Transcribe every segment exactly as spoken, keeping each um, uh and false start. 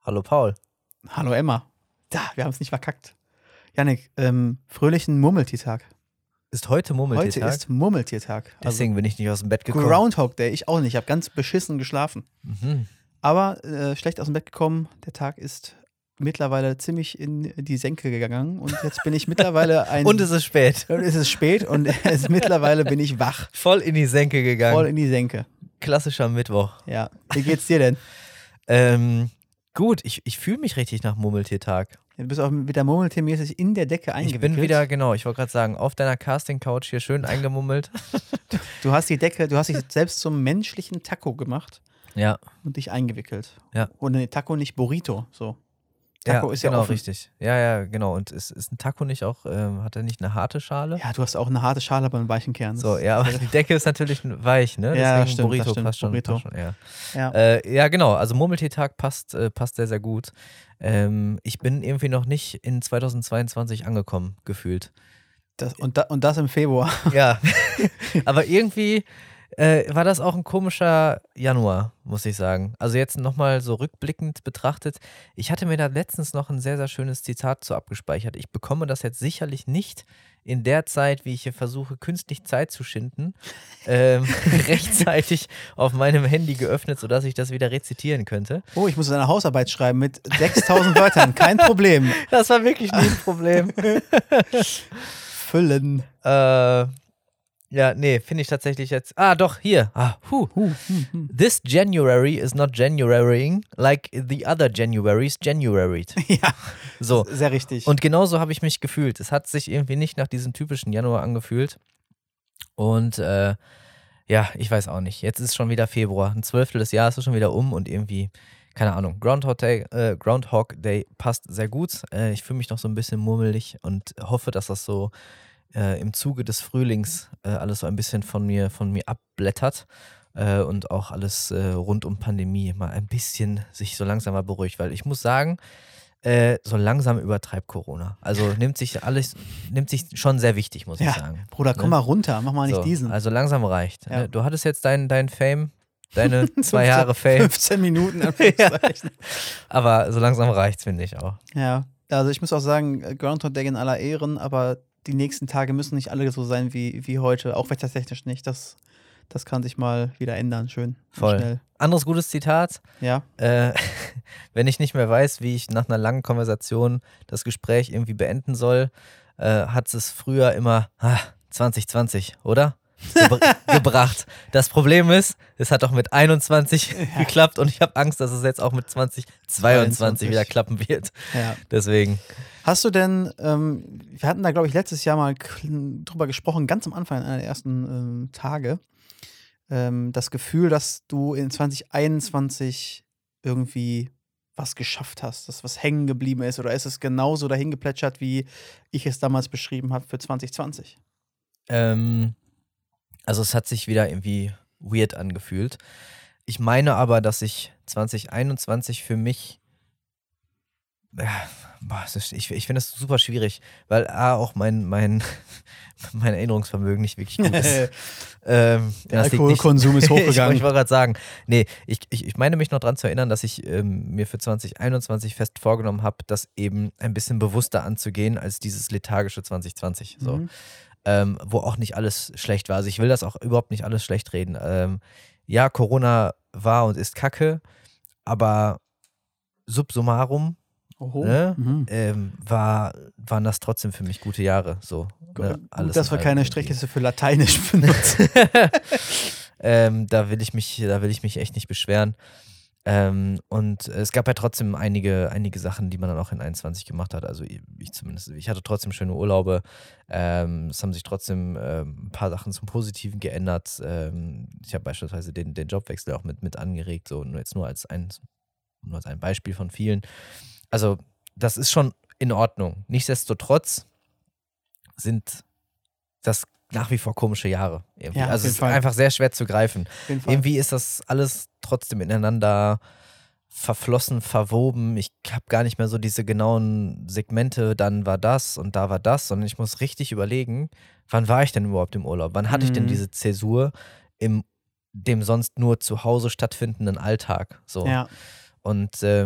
Hallo Paul. Hallo Emma. Da, wir haben es nicht verkackt. Yannick, ähm, fröhlichen Murmeltiertag. Ist heute Murmeltiertag? Heute ist Murmeltiertag. Deswegen bin ich nicht aus dem Bett gekommen. Groundhog Day, ich auch nicht. Ich habe ganz beschissen geschlafen. Mhm. Aber äh, schlecht aus dem Bett gekommen. Der Tag ist mittlerweile ziemlich in die Senke gegangen. Und jetzt bin ich mittlerweile ein... Und es ist spät. Und es ist spät und es ist, mittlerweile bin ich wach. Voll in die Senke gegangen. Voll in die Senke. Klassischer Mittwoch. Ja. Wie geht's dir denn? ähm, gut, ich, ich fühle mich richtig nach Murmeltiertag. Du bist auch wieder murmeltiermäßig in der Decke eingewickelt. Ich bin wieder, genau, ich wollte gerade sagen, auf deiner Casting-Couch hier schön eingemummelt. Du hast die Decke, du hast dich selbst zum menschlichen Taco gemacht. Ja. Und dich eingewickelt. Ja. Und nee, Taco, nicht Burrito. So. Taco ja, ist genau, ja offen. richtig. Ja, ja, genau. Und ist, ist ein Taco nicht auch, ähm, hat er nicht eine harte Schale? Ja, du hast auch eine harte Schale, aber einen weichen Kern. Das So, ja, aber die Decke ist natürlich weich, ne? Deswegen Ja, stimmt, Burrito das stimmt. passt schon. Burrito. Passt schon ja. Ja. Äh, ja, genau. Also Murmeltiertag passt, äh, passt sehr, sehr gut. Ähm, ich bin irgendwie noch nicht in zweitausendzweiundzwanzig angekommen, gefühlt. Das, und, da, und das im Februar. Ja, aber irgendwie äh, war das auch ein komischer Januar, muss ich sagen. Also jetzt nochmal so rückblickend betrachtet. Ich hatte mir da letztens noch ein sehr, sehr schönes Zitat zu abgespeichert. Ich bekomme das jetzt sicherlich nicht in der Zeit, wie ich hier versuche, künstlich Zeit zu schinden, ähm, rechtzeitig auf meinem Handy geöffnet, sodass ich das wieder rezitieren könnte. Oh, ich muss eine Hausarbeit schreiben mit sechstausend Wörtern. Kein Problem. Das war wirklich nie ein Problem. Füllen. Äh, ja, nee, finde ich tatsächlich jetzt. Ah, doch, hier. Ah, huh. Huh, hm, hm. This January is not Januarying like the other Januaries Januaried. Ja, So. sehr richtig. Und genauso habe ich mich gefühlt. Es hat sich irgendwie nicht nach diesem typischen Januar angefühlt. Und äh, ja, ich weiß auch nicht. Jetzt ist schon wieder Februar. Ein Zwölftel des Jahres ist schon wieder um und irgendwie, keine Ahnung, Groundhog Day, äh, Groundhog Day passt sehr gut. Äh, ich fühle mich noch so ein bisschen murmelig und hoffe, dass das so äh, im Zuge des Frühlings äh, alles so ein bisschen von mir, von mir abblättert. Äh, und auch alles äh, rund um Pandemie mal ein bisschen sich so langsam mal beruhigt. Weil ich muss sagen, äh, so langsam übertreibt Corona. Also nimmt sich alles, nimmt sich schon sehr wichtig, muss ja, ich sagen. Bruder, komm Ne? mal runter, mach mal nicht So, diesen. Also langsam reicht. Ja. Ne? Du hattest jetzt dein, dein Fame, deine zwei Jahre Fame, fünfzehn Minuten. Anführungszeichen. aber so langsam reicht's, finde ich auch. Ja, also ich muss auch sagen, Groundhog Day in aller Ehren, aber die nächsten Tage müssen nicht alle so sein wie, wie heute, auch wettertechnisch nicht. Das, das kann sich mal wieder ändern, schön. Voll. Schnell. Anderes gutes Zitat. Ja. Äh, wenn ich nicht mehr weiß, wie ich nach einer langen Konversation das Gespräch irgendwie beenden soll, äh, hat es früher immer ah, zwanzig zwanzig, oder? Gebr gebracht. Das Problem ist, es hat auch mit einundzwanzig Ja. geklappt und ich habe Angst, dass es jetzt auch mit zwanzig zweiundzwanzig zweiundzwanzig wieder klappen wird. Ja. Deswegen. Hast du denn, ähm, wir hatten da, glaube ich, letztes Jahr mal k- drüber gesprochen, ganz am Anfang, einer der ersten ähm, Tage, ähm, das Gefühl, dass du in zwanzig einundzwanzig irgendwie was geschafft hast, dass was hängen geblieben ist, oder ist es genauso dahin geplätschert, wie ich es damals beschrieben habe für zwanzig zwanzig? Ähm, also es hat sich wieder irgendwie weird angefühlt. Ich meine aber, dass ich zwanzig einundzwanzig für mich, ja, boah, es ist, ich, ich finde das super schwierig, weil A, auch mein, mein, mein Erinnerungsvermögen nicht wirklich gut ist. ähm, Der das liegt nicht- Alkoholkonsum ist ich wollte hochgegangen. ich wollte gerade sagen, nee, ich, ich, ich meine mich noch dran zu erinnern, dass ich ähm, mir für zwanzig einundzwanzig fest vorgenommen habe, das eben ein bisschen bewusster anzugehen als dieses lethargische zwanzig zwanzig. So. Mhm. Ähm, wo auch nicht alles schlecht war. Also ich will das auch überhaupt nicht alles schlecht reden. Ähm, ja, Corona war und ist Kacke, aber subsummarum Oho. ne, Mhm. ähm, war, waren das trotzdem für mich gute Jahre. So, ne, Gut, alles dass in wir allem keine irgendwie. Streckliste für Lateinisch benutzen. ähm, da will ich mich, da will ich mich echt nicht beschweren. Ähm, und es gab ja trotzdem einige, einige Sachen, die man dann auch in einundzwanzig gemacht hat. Also ich, ich zumindest, ich hatte trotzdem schöne Urlaube. Ähm, es haben sich trotzdem ähm, ein paar Sachen zum Positiven geändert. Ähm, ich habe beispielsweise den, den Jobwechsel auch mit, mit angeregt, so nur jetzt nur als ein, nur als ein Beispiel von vielen. Also das ist schon in Ordnung. Nichtsdestotrotz sind das nach wie vor komische Jahre. Irgendwie. Ja, auf also jeden es ist Fall. einfach sehr schwer zu greifen. Auf jeden Fall. Irgendwie ist das alles trotzdem ineinander verflossen, verwoben. Ich habe gar nicht mehr so diese genauen Segmente, dann war das und da war das, sondern ich muss richtig überlegen, wann war ich denn überhaupt im Urlaub? Wann hatte ich denn Mhm. diese Zäsur im dem sonst nur zu Hause stattfindenden Alltag? So. Ja. Und ähm,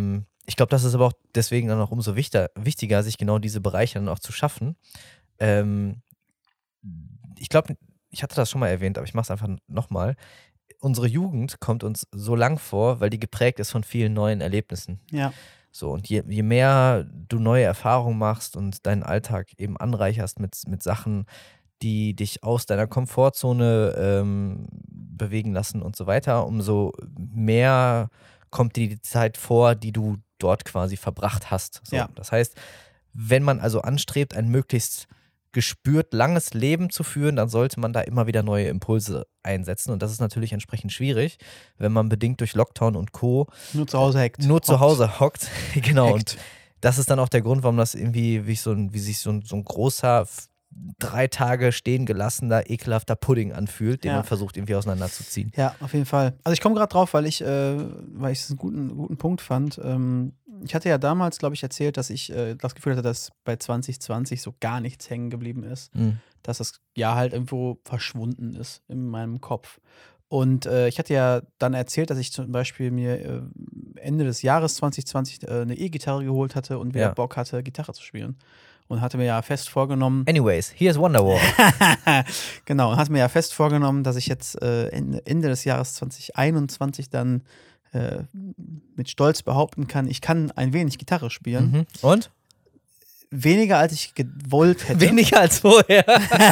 ich glaube, das ist aber auch deswegen dann auch umso wichtiger, wichtiger sich genau diese Bereiche dann auch zu schaffen. Ähm, ich glaube, ich hatte das schon mal erwähnt, aber ich mache es einfach nochmal. Unsere Jugend kommt uns so lang vor, weil die geprägt ist von vielen neuen Erlebnissen. Ja. So, und je, je mehr du neue Erfahrungen machst und deinen Alltag eben anreicherst mit, mit Sachen, die dich aus deiner Komfortzone ähm, bewegen lassen und so weiter, umso mehr kommt dir die Zeit vor, die du dort quasi verbracht hast. So, Ja. Das heißt, wenn man also anstrebt, ein möglichst gespürt langes Leben zu führen, dann sollte man da immer wieder neue Impulse einsetzen. Und das ist natürlich entsprechend schwierig, wenn man bedingt durch Lockdown und Co. Nur zu Hause hackt. nur zu Hause hockt. Genau. Hackt. Und das ist dann auch der Grund, warum das irgendwie wie, so ein, wie sich so ein, so ein großer, f- drei Tage stehen gelassener, ekelhafter Pudding anfühlt, den Ja. man versucht irgendwie auseinanderzuziehen. Ja, auf jeden Fall. Also ich komme gerade drauf, weil ich, äh, weil ich es einen guten, guten Punkt fand. Ähm, ich hatte ja damals, glaube ich, erzählt, dass ich äh, das Gefühl hatte, dass bei zwanzig zwanzig so gar nichts hängen geblieben ist. Mhm. Dass das Jahr halt irgendwo verschwunden ist in meinem Kopf. Und äh, ich hatte ja dann erzählt, dass ich zum Beispiel mir äh, Ende des Jahres zwanzig zwanzig äh, eine E-Gitarre geholt hatte und wieder Ja. Bock hatte, Gitarre zu spielen. Und hatte mir ja fest vorgenommen, Anyways, here's Wonderwall. genau, und hatte mir ja fest vorgenommen, dass ich jetzt äh, Ende, Ende des Jahres zwanzig einundzwanzig dann äh, mit Stolz behaupten kann, ich kann ein wenig Gitarre spielen. Mhm. Und? Weniger als ich gewollt hätte. Weniger als vorher.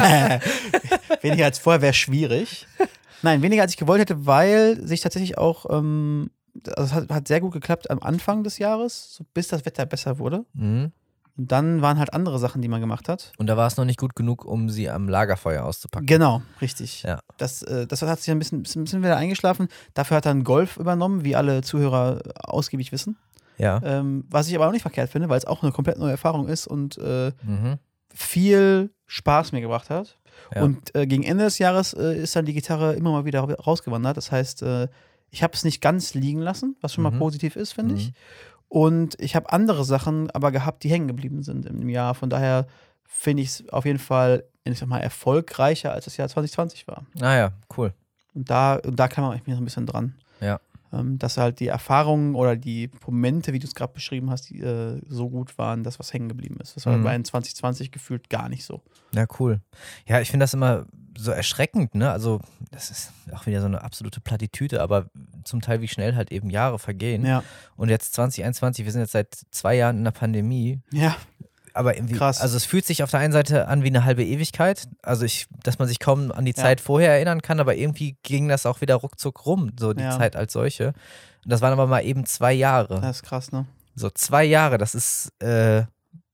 Weniger als vorher wäre schwierig. Nein, weniger als ich gewollt hätte, weil sich tatsächlich auch, ähm, also es hat, hat sehr gut geklappt am Anfang des Jahres, so bis das Wetter besser wurde. Mhm. Und dann waren halt andere Sachen, die man gemacht hat. Und da war es noch nicht gut genug, um sie am Lagerfeuer auszupacken. Genau, richtig. Ja. Das, äh, das hat sich ein bisschen, bisschen, bisschen wieder eingeschlafen. Dafür hat dann Golf übernommen, wie alle Zuhörer ausgiebig wissen. Ja. Ähm, was ich aber auch nicht verkehrt finde, weil es auch eine komplett neue Erfahrung ist und äh, Mhm. viel Spaß mir gebracht hat. Ja. Und äh, gegen Ende des Jahres äh, ist dann die Gitarre immer mal wieder rausgewandert. Das heißt, äh, ich habe es nicht ganz liegen lassen, was schon mal Mhm. positiv ist, finde Mhm. ich. Und ich habe andere Sachen aber gehabt, die hängen geblieben sind im Jahr. Von daher finde ich es auf jeden Fall, ich sag mal, erfolgreicher, als das Jahr zwanzig zwanzig war. Ah ja, cool. Und da, und da klammere ich mich so ein bisschen dran. Ja. Ähm, dass halt die Erfahrungen oder die Momente, wie du es gerade beschrieben hast, die äh, so gut waren, dass was hängen geblieben ist. Das war Mhm. bei zwanzig zwanzig gefühlt gar nicht so. Ja, cool. Ja, ich finde das immer so erschreckend, ne? Also, das ist auch wieder so eine absolute Plattitüde, aber zum Teil, wie schnell halt eben Jahre vergehen. Ja, Und jetzt zwanzig einundzwanzig, wir sind jetzt seit zwei Jahren in der Pandemie. ja, Aber irgendwie, Krass. also es fühlt sich auf der einen Seite an wie eine halbe Ewigkeit. Also ich, dass man sich kaum an die Ja. Zeit vorher erinnern kann, aber irgendwie ging das auch wieder ruckzuck rum, so die Ja. Zeit als solche. Und das waren aber mal eben zwei Jahre. das ist krass, ne? So zwei Jahre, das ist, äh,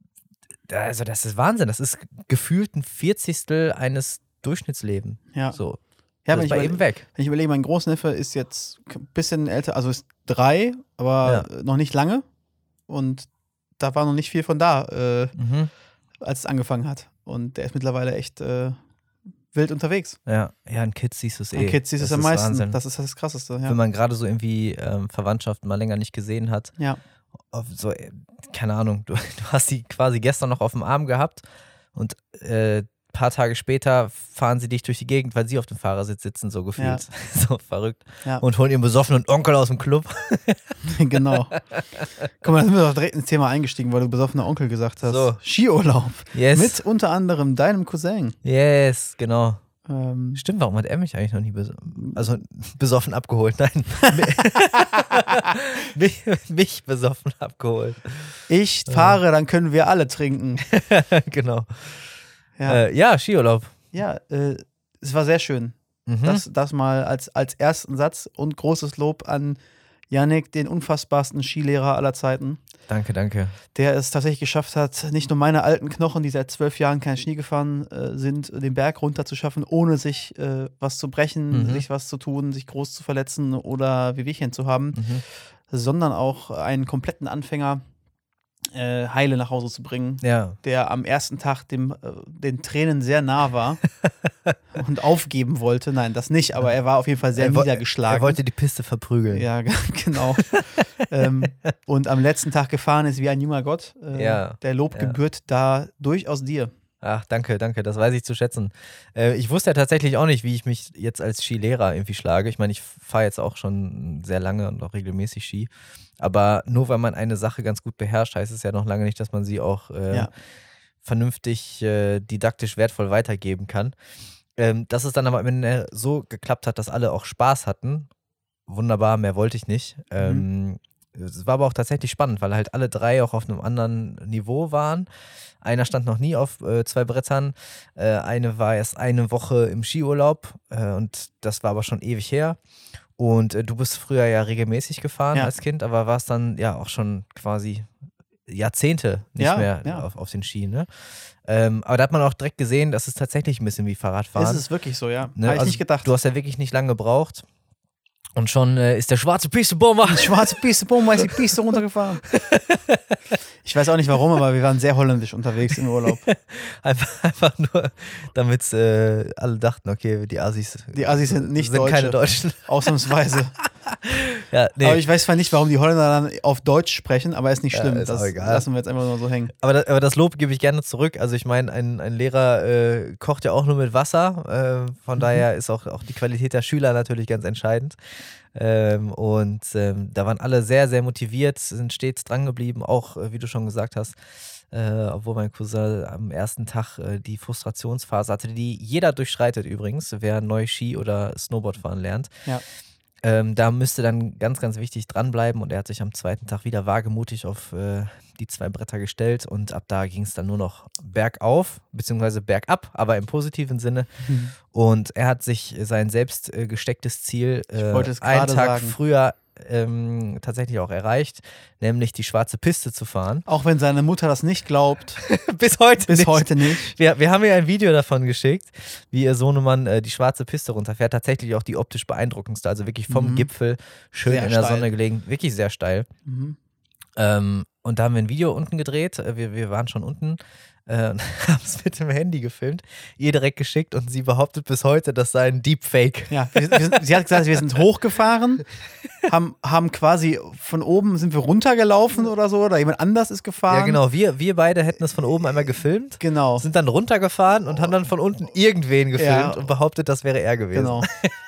also das ist Wahnsinn. Das ist gefühlt ein Vierzigstel eines Durchschnittslebens. Ja. So. Ja, das wenn ist ich, bei überle- eben weg. wenn ich überlege, mein Großneffe ist jetzt ein bisschen älter, also ist drei, aber noch nicht lange. Und da war noch nicht viel von da, äh, Mhm. als es angefangen hat. Und der ist mittlerweile echt äh, wild unterwegs. Ja, ja, an Kids siehst du es eh. Und Kids siehst es Das am ist meisten. Wahnsinn. Das ist das Krasseste. Ja. Wenn man gerade so irgendwie ähm, Verwandtschaften mal länger nicht gesehen hat. ja. Auf so, äh, keine Ahnung, du, du hast die quasi gestern noch auf dem Arm gehabt und äh, ein paar Tage später fahren sie dich durch die Gegend, weil sie auf dem Fahrersitz sitzen, so gefühlt. So verrückt. Ja. Und holen ihren besoffenen Onkel aus dem Club. Genau. Guck mal, da sind wir doch direkt ins Thema eingestiegen, weil du besoffener Onkel gesagt hast. So. Skiurlaub. Yes. Mit unter anderem deinem Cousin. Yes, genau. Ähm, Stimmt, warum hat er mich eigentlich noch nie bes also besoffen abgeholt? Nein. mich, mich besoffen abgeholt. ich fahre, dann können wir alle trinken. Genau. Ja, Äh, ja, Skiurlaub. ja äh, es war sehr schön. Mhm. Das, das mal als, als ersten Satz und großes Lob an Yannick, den unfassbarsten Skilehrer aller Zeiten, Danke, danke. der es tatsächlich geschafft hat, nicht nur meine alten Knochen, die seit zwölf Jahren kein Schnee gefahren äh, sind, den Berg runter zu schaffen, ohne sich äh, was zu brechen, Mhm. sich was zu tun, sich groß zu verletzen oder Wehwehchen zu haben, Mhm. sondern auch einen kompletten Anfänger äh, heile nach Hause zu bringen, Ja. der am ersten Tag dem, äh, den Tränen sehr nah war und aufgeben wollte. Nein, das nicht, aber er war auf jeden Fall sehr Er wo- niedergeschlagen. Er wollte die Piste verprügeln. Ja, g- genau. ähm, und am letzten Tag gefahren ist wie ein junger Gott. Äh, Ja, Der Lob ja. gebührt da durchaus dir. Ach, danke, danke, das weiß ich zu schätzen. Äh, ich wusste ja tatsächlich auch nicht, wie ich mich jetzt als Skilehrer irgendwie schlage. Ich meine, ich fahre jetzt auch schon sehr lange und auch regelmäßig Ski. Aber nur weil man eine Sache ganz gut beherrscht, heißt es ja noch lange nicht, dass man sie auch äh, Ja. vernünftig äh, didaktisch wertvoll weitergeben kann. Ähm, dass es dann aber am Ende so geklappt hat, dass alle auch Spaß hatten. Wunderbar, mehr wollte ich nicht. Ähm, es war aber auch tatsächlich spannend, weil halt alle drei auch auf einem anderen Niveau waren. Einer stand noch nie auf äh, zwei Brettern. Äh, eine war erst eine Woche im Skiurlaub äh, und das war aber schon ewig her. Und äh, du bist früher ja regelmäßig gefahren Ja. als Kind, aber warst dann ja auch schon quasi Jahrzehnte nicht Ja, mehr ja. Auf, auf den Skien. Ne? Ähm, aber da hat man auch direkt gesehen, das ist tatsächlich ein bisschen wie Fahrradfahren. Ist es wirklich so, ja. Ne? Habe ich Also nicht gedacht. Du hast ja wirklich nicht lange gebraucht. Und schon äh, ist der schwarze Pistebomber. Die schwarze Piste, Bomber ist die Piste runtergefahren. Ich weiß auch nicht warum, aber wir waren sehr holländisch unterwegs im Urlaub. einfach, einfach nur, damit äh, alle dachten, okay, die Assis, Die Assis sind nicht sind Deutsche. keine Deutschen. Ausnahmsweise. Ja, nee. Aber ich weiß zwar nicht, warum die Holländer dann auf Deutsch sprechen, aber ist nicht Ja, schlimm. ist das auch egal. lassen wir jetzt einfach nur so hängen. Aber das, aber das Lob gebe ich gerne zurück. Also ich meine, ein, ein Lehrer äh, kocht ja auch nur mit Wasser. Äh, von Mhm. daher ist auch, auch die Qualität der Schüler natürlich ganz entscheidend. Ähm, und ähm, da waren alle sehr, sehr motiviert, sind stets dran geblieben, auch äh, wie du schon gesagt hast. Äh, obwohl mein Cousin am ersten Tag äh, die Frustrationsphase hatte, die jeder durchschreitet übrigens, wer neu Ski oder Snowboard fahren lernt. Ja. Ähm, da müsste dann ganz, ganz wichtig dranbleiben und er hat sich am zweiten Tag wieder wagemutig auf äh, die zwei Bretter gestellt und ab da ging es dann nur noch bergauf, beziehungsweise bergab, aber im positiven Sinne. Mhm. Und er hat sich sein selbst äh, gestecktes Ziel äh, wollte es einen gerade Tag sagen. früher ähm, tatsächlich auch erreicht, nämlich die schwarze Piste zu fahren. Auch wenn seine Mutter das nicht glaubt, Bis heute bis nicht. heute nicht. Wir, wir haben ihr ein Video davon geschickt, wie ihr Sohnemann äh, die schwarze Piste runterfährt. Tatsächlich auch die optisch beeindruckendste, also wirklich vom Mhm. Gipfel, schön Sehr in der steil. Sonne gelegen, wirklich sehr steil. Mhm. Ähm, und da haben wir ein Video unten gedreht. Äh, Wir, wir waren schon unten äh, und haben es mit dem Handy gefilmt, ihr direkt geschickt und sie behauptet bis heute, das sei ein Deepfake. Ja, wir, wir sind, sie hat gesagt, wir sind hochgefahren, haben, haben quasi von oben sind wir runtergelaufen oder so, oder jemand anders ist gefahren. Ja, genau. Wir, wir beide hätten es von oben einmal gefilmt, Genau. sind dann runtergefahren und haben dann von unten irgendwen gefilmt Ja. und behauptet, das wäre er gewesen. Genau.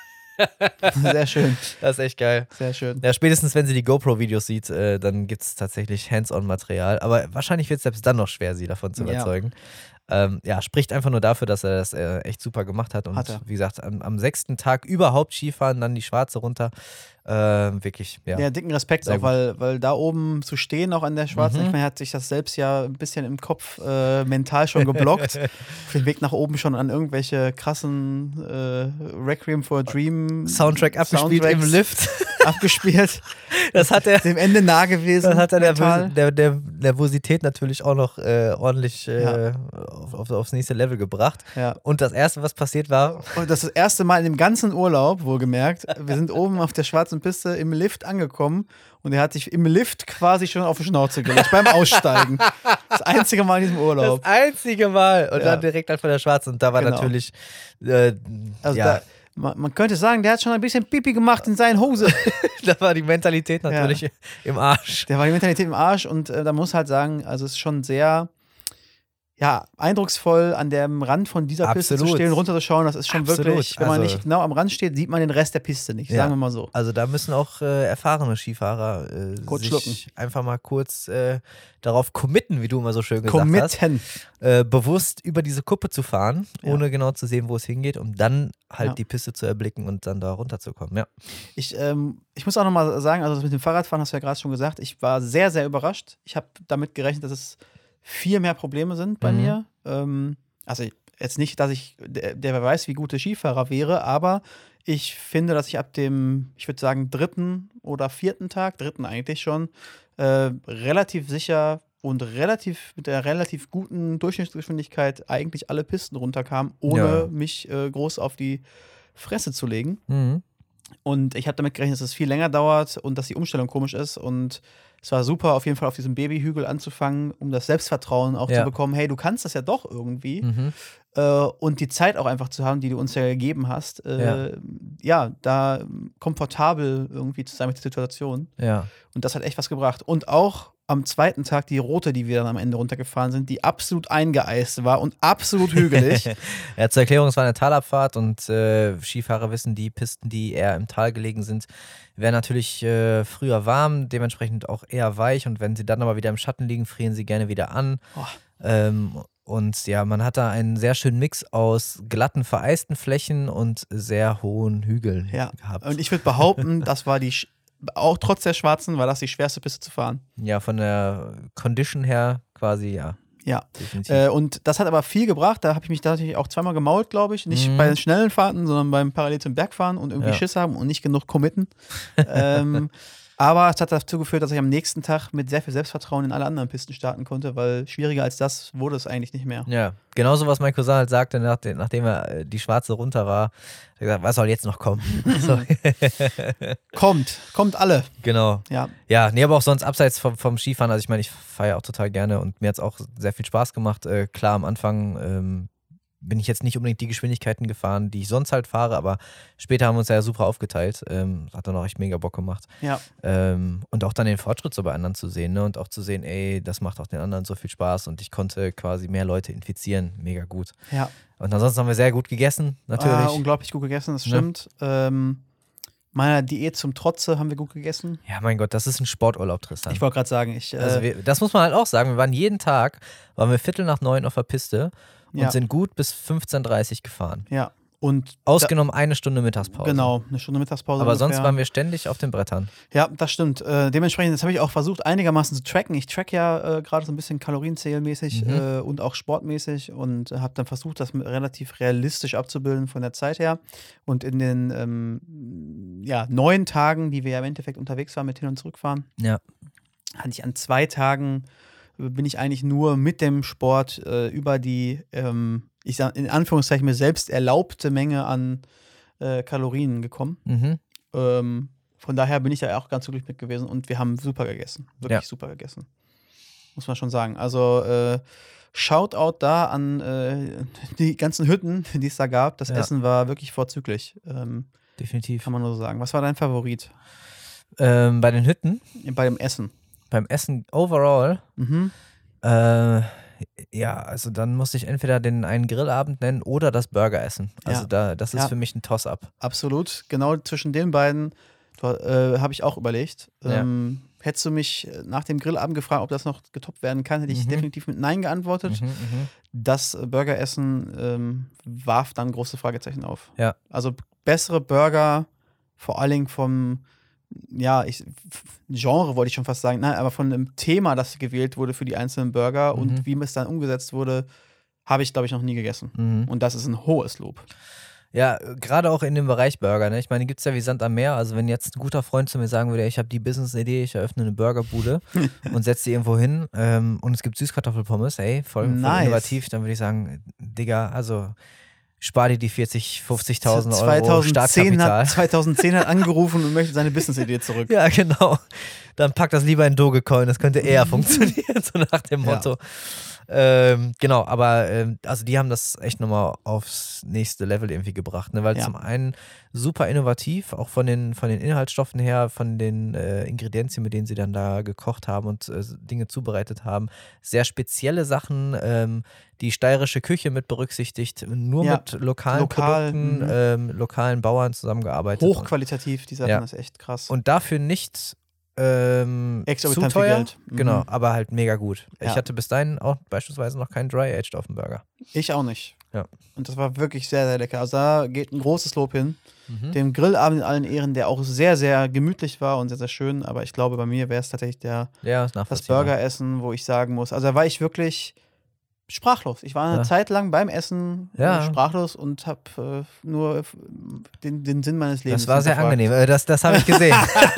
Sehr schön, Das ist echt geil. sehr schön. Ja, spätestens wenn sie die GoPro-Videos sieht, äh, dann gibt es tatsächlich Hands-on-Material. Aber wahrscheinlich wird es selbst dann noch schwer, sie davon zu Ja. überzeugen. Ähm, ja, spricht einfach nur dafür, dass er das äh, echt super gemacht hat. Und Hat er. wie gesagt, am, am sechsten Tag überhaupt Skifahren, dann die Schwarze runter. Ähm, wirklich, ja. Ja, dicken Respekt Sehr auch, gut. weil, weil da oben zu stehen, auch an der Schwarzen, Mhm. ich meine, er hat sich das selbst ja ein bisschen im Kopf äh, mental schon geblockt. Auf dem Weg nach oben schon an irgendwelche krassen äh, Requiem for a Dream Soundtrack abgespielt im Soundtracks Lift. abgespielt. Das hat er. Dem Ende nah gewesen. Das hat er der, mental. der, der Nervosität natürlich auch noch äh, ordentlich äh, Ja. auf, auf, aufs nächste Level gebracht. Ja. Und das Erste, was passiert war, Und das ist das erste Mal in dem ganzen Urlaub, wohlgemerkt. Wir sind oben auf der schwarzen Piste im Lift angekommen und er hat sich im Lift quasi schon auf die Schnauze gelegt beim Aussteigen. Das einzige Mal in diesem Urlaub. das einzige Mal. Und Ja. dann direkt halt von der Schwarzen. Und da war Genau. natürlich, äh, Also ja, da, man, man könnte sagen, der hat schon ein bisschen Pipi gemacht in seinen Hose. da war die Mentalität natürlich im Arsch. Der war die Mentalität im Arsch und äh, da muss halt sagen, also es ist schon sehr ja, eindrucksvoll, an dem Rand von dieser Piste zu Absolut. stehen und runterzuschauen. Das ist schon Absolut. wirklich, wenn man Also- nicht genau am Rand steht, sieht man den Rest der Piste nicht, Ja. sagen wir mal so. Also da müssen auch äh, erfahrene Skifahrer äh, Kurz sich schlucken. einfach mal kurz äh, darauf committen, wie du immer so schön gesagt hast. Committen. Äh, bewusst über diese Kuppe zu fahren, Ja. ohne genau zu sehen, wo es hingeht, um dann halt Ja. die Piste zu erblicken und dann da runterzukommen. Ja. Ich, ähm, ich muss auch nochmal sagen, also das mit dem Fahrradfahren hast du ja gerade schon gesagt, ich war sehr, sehr überrascht. Ich habe damit gerechnet, dass es viel mehr Probleme sind bei Mhm. mir. Ähm, also jetzt nicht, dass ich der, der wer weiß, wie gut der Skifahrer wäre, aber ich finde, dass ich ab dem, ich würde sagen, dritten oder vierten Tag, dritten eigentlich schon, äh, relativ sicher und relativ mit der relativ guten Durchschnittsgeschwindigkeit eigentlich alle Pisten runterkam, ohne Ja. mich äh, groß auf die Fresse zu legen. Mhm. Und ich habe damit gerechnet, dass es viel länger dauert und dass die Umstellung komisch ist. Und es war super, auf jeden Fall auf diesem Babyhügel anzufangen, um das Selbstvertrauen auch Ja. zu bekommen, hey, du kannst das ja doch irgendwie. Mhm. Äh, und die Zeit auch einfach zu haben, die du uns ja gegeben hast, äh, ja. Ja. da komfortabel irgendwie zu sein mit der Situation. Ja. Und das hat echt was gebracht. Und auch am zweiten Tag die rote, die wir dann am Ende runtergefahren sind, die absolut eingeeist war und absolut hügelig. Ja, zur Erklärung, es war eine Talabfahrt und äh, Skifahrer wissen, die Pisten, die eher im Tal gelegen sind, werden natürlich äh, früher warm, dementsprechend auch eher weich und wenn sie dann aber wieder im Schatten liegen, frieren sie gerne wieder an. Oh. Ähm, und ja, man hat da einen sehr schönen Mix aus glatten, vereisten Flächen und sehr hohen Hügeln Ja. gehabt. Und ich würde behaupten, das war die, auch trotz der schwarzen, war das die schwerste Piste zu fahren. Ja, von der Condition her quasi, ja. Ja, definitiv. Äh, und das hat aber viel gebracht. Da habe ich mich da natürlich auch zweimal gemault, glaube ich. Nicht Mhm. bei den schnellen Fahrten, sondern beim parallel zum Bergfahren und irgendwie Ja. Schiss haben und nicht genug committen. ähm, aber es hat dazu geführt, dass ich am nächsten Tag mit sehr viel Selbstvertrauen in alle anderen Pisten starten konnte, weil schwieriger als das wurde es eigentlich nicht mehr. Ja, genauso was mein Cousin halt sagte, nachdem, nachdem er äh, die Schwarze runter war. Er hat gesagt, was soll jetzt noch kommen? So. Kommt, kommt alle. Genau. Ja, Ja, nee, aber auch sonst abseits vom, vom Skifahren, also ich meine, ich fahre ja auch total gerne und mir hat es auch sehr viel Spaß gemacht. Äh, klar, am Anfang ähm, bin ich jetzt nicht unbedingt die Geschwindigkeiten gefahren, die ich sonst halt fahre, aber später haben wir uns ja super aufgeteilt. Ähm, hat dann auch echt mega Bock gemacht. ja, Ähm, und auch dann den Fortschritt so bei anderen zu sehen, ne? Und auch zu sehen, ey, das macht auch den anderen so viel Spaß und ich konnte quasi mehr Leute infizieren. Mega gut. ja. Und ansonsten haben wir sehr gut gegessen, natürlich. Ah, unglaublich gut gegessen, das Ja. stimmt. Ähm, meiner Diät zum Trotze haben wir gut gegessen. Ja, mein Gott, das ist ein Sporturlaub, Tristan. Ich wollte gerade sagen, ich. Äh, Also wir, das muss man halt auch sagen, wir waren jeden Tag, waren wir Viertel nach neun auf der Piste und ja, sind gut bis fünfzehn Uhr dreißig gefahren. ja. Und Ausgenommen eine Stunde Mittagspause. da, genau, eine Stunde Mittagspause. Aber ungefähr. sonst waren wir ständig auf den Brettern. Ja, das stimmt. Äh, dementsprechend, das habe ich auch versucht, einigermaßen zu tracken. Ich track ja äh, gerade so ein bisschen kalorienzählmäßig Mhm. äh, und auch sportmäßig und habe dann versucht, das mit- relativ realistisch abzubilden von der Zeit her. Und in den ähm, ja, neun Tagen, die wir ja im Endeffekt unterwegs waren mit Hin- und Zurückfahren, Ja. hatte ich an zwei Tagen, äh, bin ich eigentlich nur mit dem Sport äh, über die, ähm, ich sag in Anführungszeichen, mir selbst erlaubte Menge an äh, Kalorien gekommen. Mhm. Ähm, von daher bin ich da auch ganz glücklich mit gewesen und wir haben super gegessen. Wirklich Ja. super gegessen. Muss man schon sagen. Also, äh, Shoutout da an äh, die ganzen Hütten, die es da gab. Das Ja. Essen war wirklich vorzüglich. Ähm, Definitiv. kann man nur so sagen. Was war dein Favorit Ähm, bei den Hütten, bei dem Essen? beim Essen overall, Mhm. äh, ja, also dann musste ich entweder den einen Grillabend nennen oder das Burgeressen. Also Ja. da, das ist Ja. für mich ein Toss-up. Absolut. Genau zwischen den beiden äh, habe ich auch überlegt. Ja. Ähm, hättest du mich nach dem Grillabend gefragt, ob das noch getoppt werden kann, hätte ich Mhm. definitiv mit Nein geantwortet. Mhm, mhm. Das äh, Burgeressen ähm, warf dann große Fragezeichen auf. Ja. Also bessere Burger, vor allen Dingen vom, ja, ich, f- Genre wollte ich schon fast sagen, nein, aber von einem Thema, das gewählt wurde für die einzelnen Burger Mhm. und wie es dann umgesetzt wurde, habe ich, glaube ich, noch nie gegessen. Mhm. Und das ist ein hohes Lob. Ja, gerade auch in dem Bereich Burger, ne? Ich meine, gibt es ja wie Sand am Meer. Also wenn jetzt ein guter Freund zu mir sagen würde, ich habe die Business-Idee, ich eröffne eine Burgerbude und setze die irgendwo hin ähm, und es gibt Süßkartoffelpommes, ey, voll, voll Nice. innovativ, dann würde ich sagen, Digga, also spar dir die vierzig, fünfzigtausend Euro zweitausendzehn Startkapital. hat, zweitautzehn hat angerufen und möchte seine Business-Idee zurück. Ja, genau. Dann pack das lieber in Dogecoin, das könnte eher funktionieren, so nach dem Ja. Motto. Ähm, genau, aber ähm, also die haben das echt nochmal aufs nächste Level irgendwie gebracht, ne? Weil Ja. zum einen super innovativ, auch von den, von den Inhaltsstoffen her, von den äh, Ingredienzien, mit denen sie dann da gekocht haben und äh, Dinge zubereitet haben. Sehr spezielle Sachen, ähm, die steirische Küche mit berücksichtigt, nur Ja, mit lokalen lokal, Produkten, mhm. ähm, lokalen Bauern zusammengearbeitet. Hochqualitativ, die Sachen, Ja. das ist echt krass. Und dafür nicht ähm, zu Exorbitant viel teuer. Geld. Mhm. Genau, aber halt mega gut. Ja. Ich hatte bis dahin auch beispielsweise noch keinen Dry-Aged auf dem Burger. Ich auch nicht. Ja. Und das war wirklich sehr, sehr lecker. Also da geht ein großes Lob hin. Mhm. Dem Grillabend in allen Ehren, der auch sehr, sehr gemütlich war und sehr, sehr schön. Aber ich glaube, bei mir wäre es tatsächlich der, Ja, ist das nachvollziehbar. Burgeressen, wo ich sagen muss, also da war ich wirklich sprachlos. Ich war eine Ja. Zeit lang beim Essen äh, Ja. sprachlos und habe äh, nur äh, den, den Sinn meines Lebens Das war sehr hinterfragt. angenehm. Äh, Das, das habe ich gesehen.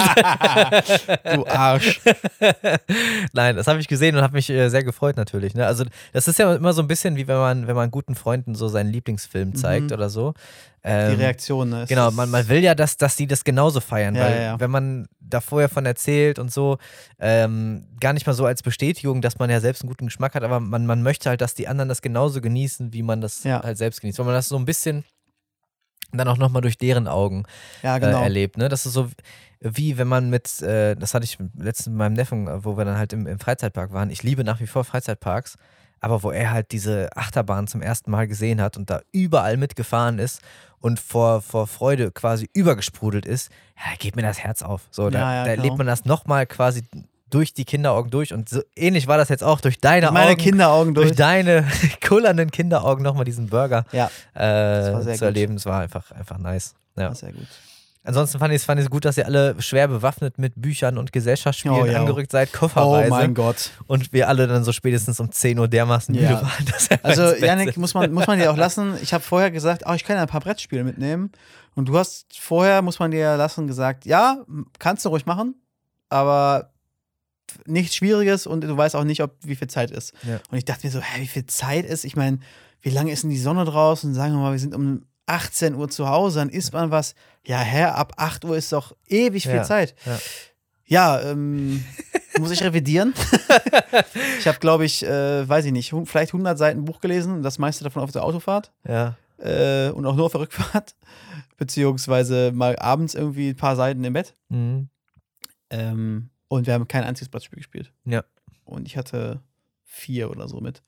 Du Arsch. Nein, das habe ich gesehen und habe mich äh, sehr gefreut natürlich. Ne? Also das ist ja immer so ein bisschen wie wenn man, wenn man guten Freunden so seinen Lieblingsfilm zeigt Mhm. oder so. Die Ähm, Reaktion, ne? Es Genau, ist- man, man will ja, dass, dass die das genauso feiern, Ja, weil ja, ja. wenn man da vorher von erzählt und so, ähm, gar nicht mal so als Bestätigung, dass man ja selbst einen guten Geschmack hat, aber man, man möchte halt, dass die anderen das genauso genießen, wie man das Ja. halt selbst genießt. Weil man das so ein bisschen dann auch nochmal durch deren Augen Ja, genau. äh, erlebt. Ne? Das ist so wie wenn man mit, äh, das hatte ich letztens mit meinem Neffen, wo wir dann halt im, im Freizeitpark waren. Ich liebe nach wie vor Freizeitparks, aber wo er halt diese Achterbahn zum ersten Mal gesehen hat und da überall mitgefahren ist und vor, vor Freude quasi übergesprudelt ist, ja, da geht mir das Herz auf. So, da, Ja, ja, da genau. erlebt man das nochmal quasi durch die Kinderaugen durch und so ähnlich war das jetzt auch durch deine Meine Augen. Kinderaugen durch. Durch deine kullernden Kinderaugen nochmal diesen Burger Ja, äh, war sehr zu gut. erleben. Es war einfach, einfach nice. Ja. war sehr gut. Ansonsten fand ich es fand gut, dass ihr alle schwer bewaffnet mit Büchern und Gesellschaftsspielen Oh, ja. angerückt seid, Oh kofferweise. mein Gott. Und wir alle dann so spätestens um zehn Uhr dermaßen Ja. müde waren, dass wir Also, ins Bett Yannick, sind. muss man, muss man dir auch lassen. Ich habe vorher gesagt, oh, ich kann ja ein paar Brettspiele mitnehmen. Und du hast vorher, muss man dir ja lassen, gesagt, ja, kannst du ruhig machen, aber nichts Schwieriges und du weißt auch nicht, ob wie viel Zeit ist. Ja. Und ich dachte mir so, hä, wie viel Zeit ist? Ich meine, wie lange ist denn die Sonne draußen? Sagen wir mal, wir sind um achtzehn Uhr zu Hause, dann isst man was. Ja, hä, ab acht Uhr ist doch ewig viel Ja. Zeit. Ja. Ja, ähm, muss ich revidieren. Ich habe, glaube ich, äh, weiß ich nicht, hu- vielleicht hundert Seiten Buch gelesen, das meiste davon auf der Autofahrt Ja. äh, und auch nur auf der Rückfahrt, beziehungsweise mal abends irgendwie ein paar Seiten im Bett. Mhm. Ähm, und wir haben kein einziges Brettspiel gespielt. Ja. Und ich hatte vier oder so mit.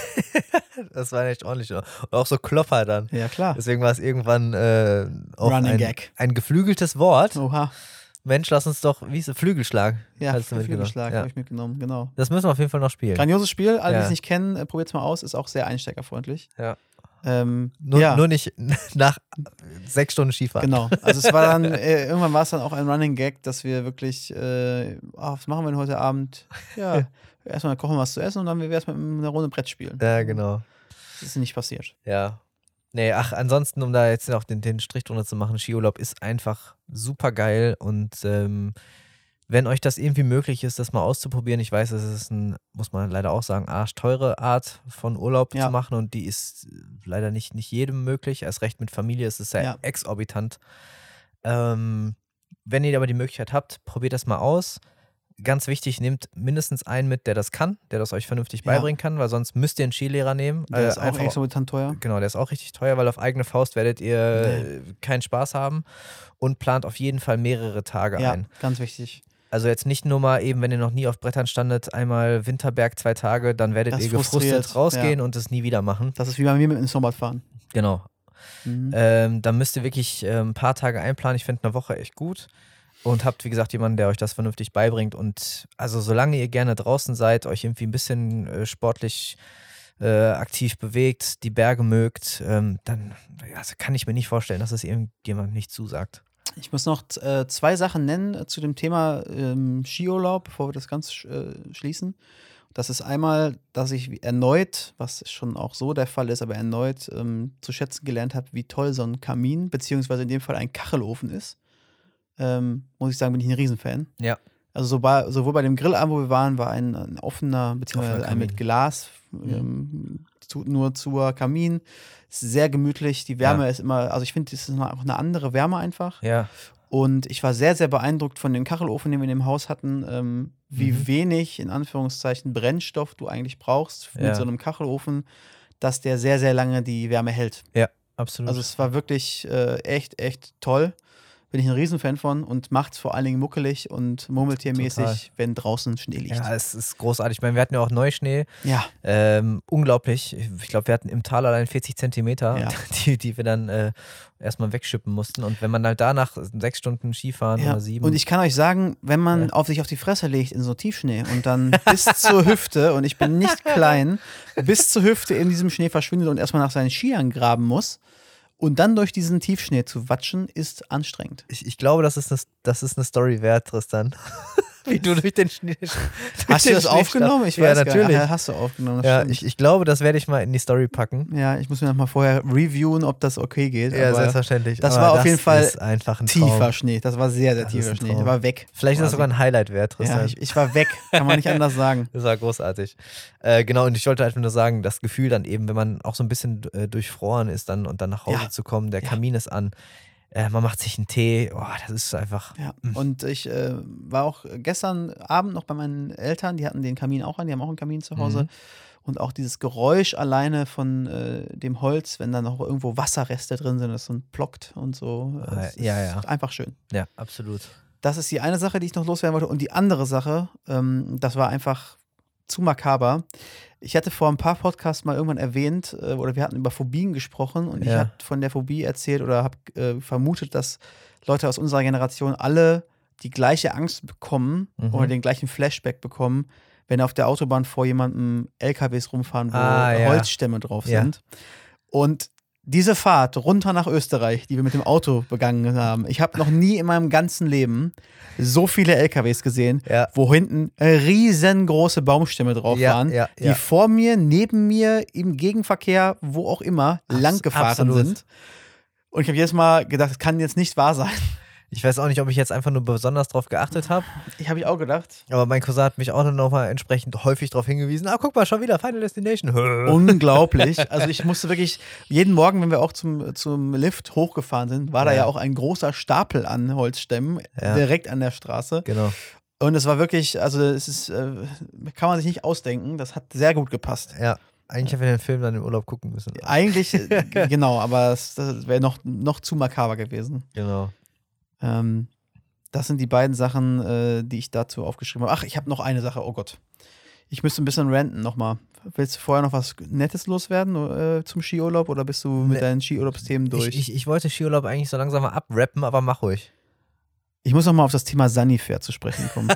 Das war echt ordentlich. Und auch so Klopper dann. Ja, klar. Deswegen war es irgendwann äh, auch Running ein, Gag. ein geflügeltes Wort. Oha. Mensch, lass uns doch, wie ist es, Flügelschlag. Ja, Hast du mitgenommen. Flügelschlag Ja. habe ich mitgenommen, genau. Das müssen wir auf jeden Fall noch spielen. Grandioses Spiel, alle, die Ja. es nicht kennen, äh, probiert's mal aus, ist auch sehr einsteigerfreundlich. Ja. Ähm, Nur, ja. nur nicht nach sechs Stunden Skifahren. Genau. Also es war dann, äh, irgendwann war es dann auch ein Running Gag, dass wir wirklich, äh, ah, was machen wir denn heute Abend? Ja, erstmal kochen wir was zu essen und dann wir erstmal eine Runde Brett spielen. Ja, genau. Das ist nicht passiert. Ja. Nee, ach, ansonsten, um da jetzt noch den, den Strich drunter zu machen, Skiurlaub ist einfach super geil und ähm, wenn euch das irgendwie möglich ist, das mal auszuprobieren, ich weiß, es ist ein, muss man leider auch sagen, arschteure Art von Urlaub Ja. zu machen und die ist äh, leider nicht, nicht jedem möglich, erst recht mit Familie, es ist ja, Ja. exorbitant. Ähm, wenn ihr aber die Möglichkeit habt, probiert das mal aus. Ganz wichtig, nehmt mindestens einen mit, der das kann, der das euch vernünftig Ja. beibringen kann, weil sonst müsst ihr einen Skilehrer nehmen. Der Äh, ist auch einfach- exorbitant teuer. Genau, der ist auch richtig teuer, weil auf eigene Faust werdet ihr äh, keinen Spaß haben und plant auf jeden Fall mehrere Tage Ja, ein. ganz wichtig. Also jetzt nicht nur mal eben, wenn ihr noch nie auf Brettern standet, einmal Winterberg zwei Tage, dann werdet Das ihr gefrustet frustriert, rausgehen ja. und es nie wieder machen. Das ist wie bei mir mit dem Snowboardfahren. Genau. Mhm. Ähm, dann müsst ihr wirklich äh, ein paar Tage einplanen. Ich finde eine Woche echt gut. Und habt, wie gesagt, jemanden, der euch das vernünftig beibringt. Und also solange ihr gerne draußen seid, euch irgendwie ein bisschen äh, sportlich äh, aktiv bewegt, die Berge mögt, ähm, dann also kann ich mir nicht vorstellen, dass es irgendjemand nicht zusagt. Ich muss noch äh, zwei Sachen nennen äh, zu dem Thema ähm, Skiurlaub, bevor wir das Ganze sch äh, schließen. Das ist einmal, dass ich erneut, was schon auch so der Fall ist, aber erneut ähm, zu schätzen gelernt habe, wie toll so ein Kamin, beziehungsweise in dem Fall ein Kachelofen ist. Ähm, muss ich sagen, bin ich ein Riesenfan. Ja. Also so bei, sowohl bei dem Grillabend, wo wir waren, war ein, ein offener, beziehungsweise Offener ein mit Kamin. Glas, ähm, zu, nur zur Kamin. Ist sehr gemütlich. Die Wärme Ja. ist immer, also ich finde, das ist noch- auch eine andere Wärme einfach. Ja. Und ich war sehr, sehr beeindruckt von dem Kachelofen, den wir in dem Haus hatten, ähm, wie Mhm. wenig, in Anführungszeichen, Brennstoff du eigentlich brauchst mit Ja. so einem Kachelofen, dass der sehr, sehr lange die Wärme hält. Absolut. Also es war wirklich äh, echt, echt toll. Bin ich ein Riesenfan von und macht's vor allen Dingen muckelig und murmeltiermäßig, Total. wenn draußen Schnee liegt. ja, es ist großartig. Ich meine, wir hatten ja auch Neuschnee. Ja, Ähm, unglaublich. Ich glaube, wir hatten im Tal allein vierzig Zentimeter, Ja. die, die wir dann äh, erstmal wegschippen mussten. Und wenn man halt danach sechs Stunden Skifahren ja. oder sieben. Und ich kann euch sagen, wenn man Ja. auf sich auf die Fresse legt in so Tiefschnee und dann bis zur Hüfte, und ich bin nicht klein, bis zur Hüfte in diesem Schnee verschwindet und erstmal nach seinen Skiern graben muss und dann durch diesen Tiefschnee zu watschen, ist anstrengend. ich, ich glaube, das ist, eine, das ist eine Story wert, Tristan. Wie du durch den Schnee. Durch Hast du den das Schnee aufgenommen? Ich ja, weiß natürlich. gar nicht. Ja, hast du aufgenommen. Das Ja, stimmt. ich, ich glaube, das werde ich mal in die Story packen. ja, ich muss mir noch mal vorher reviewen, ob das okay geht. Ja, aber selbstverständlich. das Aber war auf das jeden Fall ist einfach ein Traum. tiefer Schnee. Das war sehr, sehr Das tiefer ist ein Schnee. Traum. Der war weg. Vielleicht ist das quasi. sogar ein Highlight wert, Tristan. Ja, ich, ich war weg. Kann man nicht anders sagen. Das war großartig. Äh, genau, und ich wollte einfach nur sagen, das Gefühl dann eben, wenn man auch so ein bisschen äh, durchfroren ist dann und dann nach Hause Ja. zu kommen, der Ja. Kamin ist an, äh, man macht sich einen Tee, oh, das ist einfach, Ja. Und ich äh, war auch gestern Abend noch bei meinen Eltern, die hatten den Kamin auch an, die haben auch einen Kamin zu Hause. Mhm. Und auch dieses Geräusch alleine von äh, dem Holz, wenn da noch irgendwo Wasserreste drin sind, das so plockt und so. Ah, Das ja, ist ja. einfach schön. Ja, absolut. Das ist die eine Sache, die ich noch loswerden wollte. Und die andere Sache, ähm, das war einfach zu makaber. Ich hatte vor ein paar Podcasts mal irgendwann erwähnt, äh, oder wir hatten über Phobien gesprochen und ich Ja. habe von der Phobie erzählt oder habe äh, vermutet, dass Leute aus unserer Generation alle die gleiche Angst bekommen Mhm. oder den gleichen Flashback bekommen, wenn auf der Autobahn vor jemandem L K Ws rumfahren, wo Ah, ja. Holzstämme drauf Ja. sind. Und diese Fahrt runter nach Österreich, die wir mit dem Auto begangen haben, ich habe noch nie in meinem ganzen Leben so viele L K Ws gesehen, Ja. wo hinten riesengroße Baumstämme drauf Ja, waren, ja, die ja. vor mir, neben mir, im Gegenverkehr, wo auch immer, Abs- lang gefahren absolut. sind. Und ich habe jedes Mal gedacht, das kann jetzt nicht wahr sein. Ich weiß auch nicht, ob ich jetzt einfach nur besonders drauf geachtet habe, Ich habe ich auch gedacht. aber mein Cousin hat mich auch noch mal entsprechend häufig darauf hingewiesen. Ah, guck mal, schon wieder Final Destination. Unglaublich. Also ich musste wirklich, jeden Morgen, wenn wir auch zum, zum Lift hochgefahren sind, war da Ja. ja auch ein großer Stapel an Holzstämmen Ja. direkt an der Straße. Genau. Und es war wirklich, also es ist, äh, kann man sich nicht ausdenken, das hat sehr gut gepasst. Ja, eigentlich hätten wir den Film dann im Urlaub gucken müssen. Eigentlich, äh, genau, aber es, das wäre noch, noch zu makaber gewesen. Genau. Ähm, das sind die beiden Sachen, äh, die ich dazu aufgeschrieben habe. Ach, ich habe noch eine Sache, oh Gott. Ich müsste ein bisschen ranten nochmal. Willst du vorher noch was Nettes loswerden äh, zum Skiurlaub oder bist du mit Nee. deinen Skiurlaubsthemen durch? Ich, ich, ich wollte Skiurlaub eigentlich so langsam mal abrappen, aber mach ruhig. Ich muss noch mal auf das Thema Sanifair zu sprechen kommen.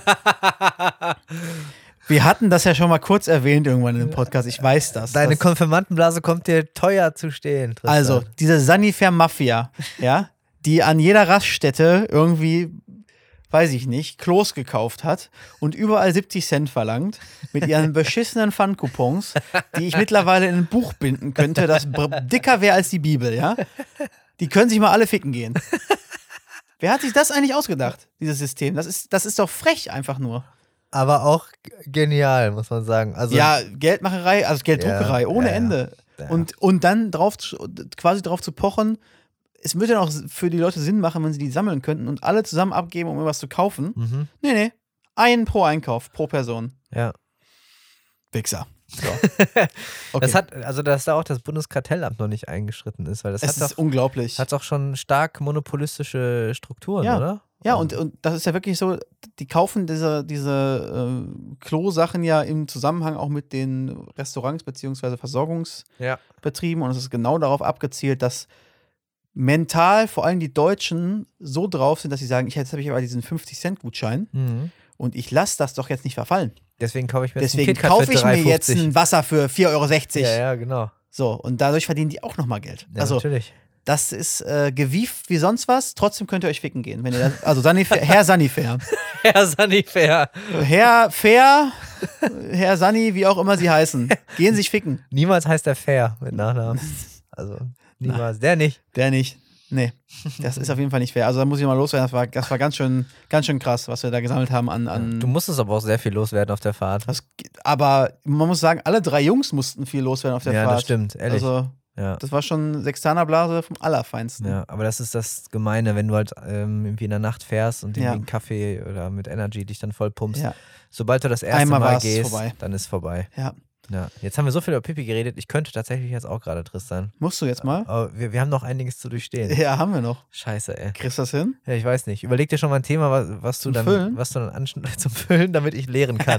Wir hatten das ja schon mal kurz erwähnt irgendwann in dem Podcast. Ich weiß das. Deine das Konfirmandenblase kommt dir teuer zu stehen. Tristan. also, diese Sanifair-Mafia, ja, die an jeder Raststätte irgendwie, weiß ich nicht, Klos gekauft hat und überall siebzig Cent verlangt mit ihren beschissenen Pfandcoupons, die ich mittlerweile in ein Buch binden könnte, das br- dicker wäre als die Bibel, ja. Die können sich mal alle ficken gehen. Wer hat sich das eigentlich ausgedacht, dieses System? Das ist, das ist doch frech einfach nur. Aber auch g- genial, muss man sagen. Also, Ja, Geldmacherei, also Gelddruckerei Ja, ohne ja, ja. Ende. Ja. Und, und dann drauf, zu- quasi drauf zu pochen, es würde ja auch für die Leute Sinn machen, wenn sie die sammeln könnten und alle zusammen abgeben, um irgendwas zu kaufen. Mhm. Nee, nee. Ein pro Einkauf, pro Person. Ja. Wichser. So. Okay. Das hat, also dass da auch das Bundeskartellamt noch nicht eingeschritten ist, weil das es hat ist doch, unglaublich. hat doch schon stark monopolistische Strukturen, Ja. oder? Ja, und, und das ist ja wirklich so, die kaufen diese, diese äh, Klo-Sachen ja im Zusammenhang auch mit den Restaurants beziehungsweise Versorgungsbetrieben Ja. und es ist genau darauf abgezielt, dass mental vor allem die Deutschen so drauf sind, dass sie sagen, ich, jetzt habe ich aber diesen fünfzig-Cent-Gutschein Mhm. und ich lasse das doch jetzt nicht verfallen. Deswegen kaufe ich mir jetzt Deswegen einen KitKat kaufe für ich mir jetzt drei Euro fünfzig. ein Wasser für vier Euro sechzig. Ja, ja, genau. So, und dadurch verdienen die auch nochmal Geld. Ja, also, natürlich. das ist äh, gewieft wie sonst was, trotzdem könnt ihr euch ficken gehen. Wenn ihr das, also Sanifair, Herr Sanifair. Herr Sanifair. Herr Fair, Herr Sani, wie auch immer sie heißen, gehen sich ficken. Niemals heißt er Fair mit Nachnamen. Also, niemals. Der nicht. Der nicht. Nee, das ist auf jeden Fall nicht fair. Also da muss ich mal loswerden. Das war, das war ganz schön, ganz schön krass, was wir da gesammelt haben an. an Du musstest aber auch sehr viel loswerden auf der Fahrt. das, aber man muss sagen, alle drei Jungs mussten viel loswerden auf der Ja, Fahrt. das stimmt, ehrlich. Also Ja. das war schon Sextanerblase vom Allerfeinsten. Ja, aber das ist das Gemeine, wenn du halt ähm, irgendwie in der Nacht fährst und irgendwie Ja. einen Kaffee oder mit Energy dich dann voll pumpst. Ja. Sobald du das erste Einmal Mal war's gehst, vorbei. dann ist vorbei. Ja. Ja. Jetzt haben wir so viel über Pipi geredet, ich könnte tatsächlich jetzt auch gerade Tristan. Musst du jetzt mal? Aber wir, wir haben noch einiges zu durchstehen. Ja, haben wir noch. Scheiße, ey. Kriegst du das hin? Ja, ich weiß nicht. Überleg dir schon mal ein Thema, was, was du Zum dann, Füllen? was du dann anschneidest zum Füllen, damit ich lehren kann.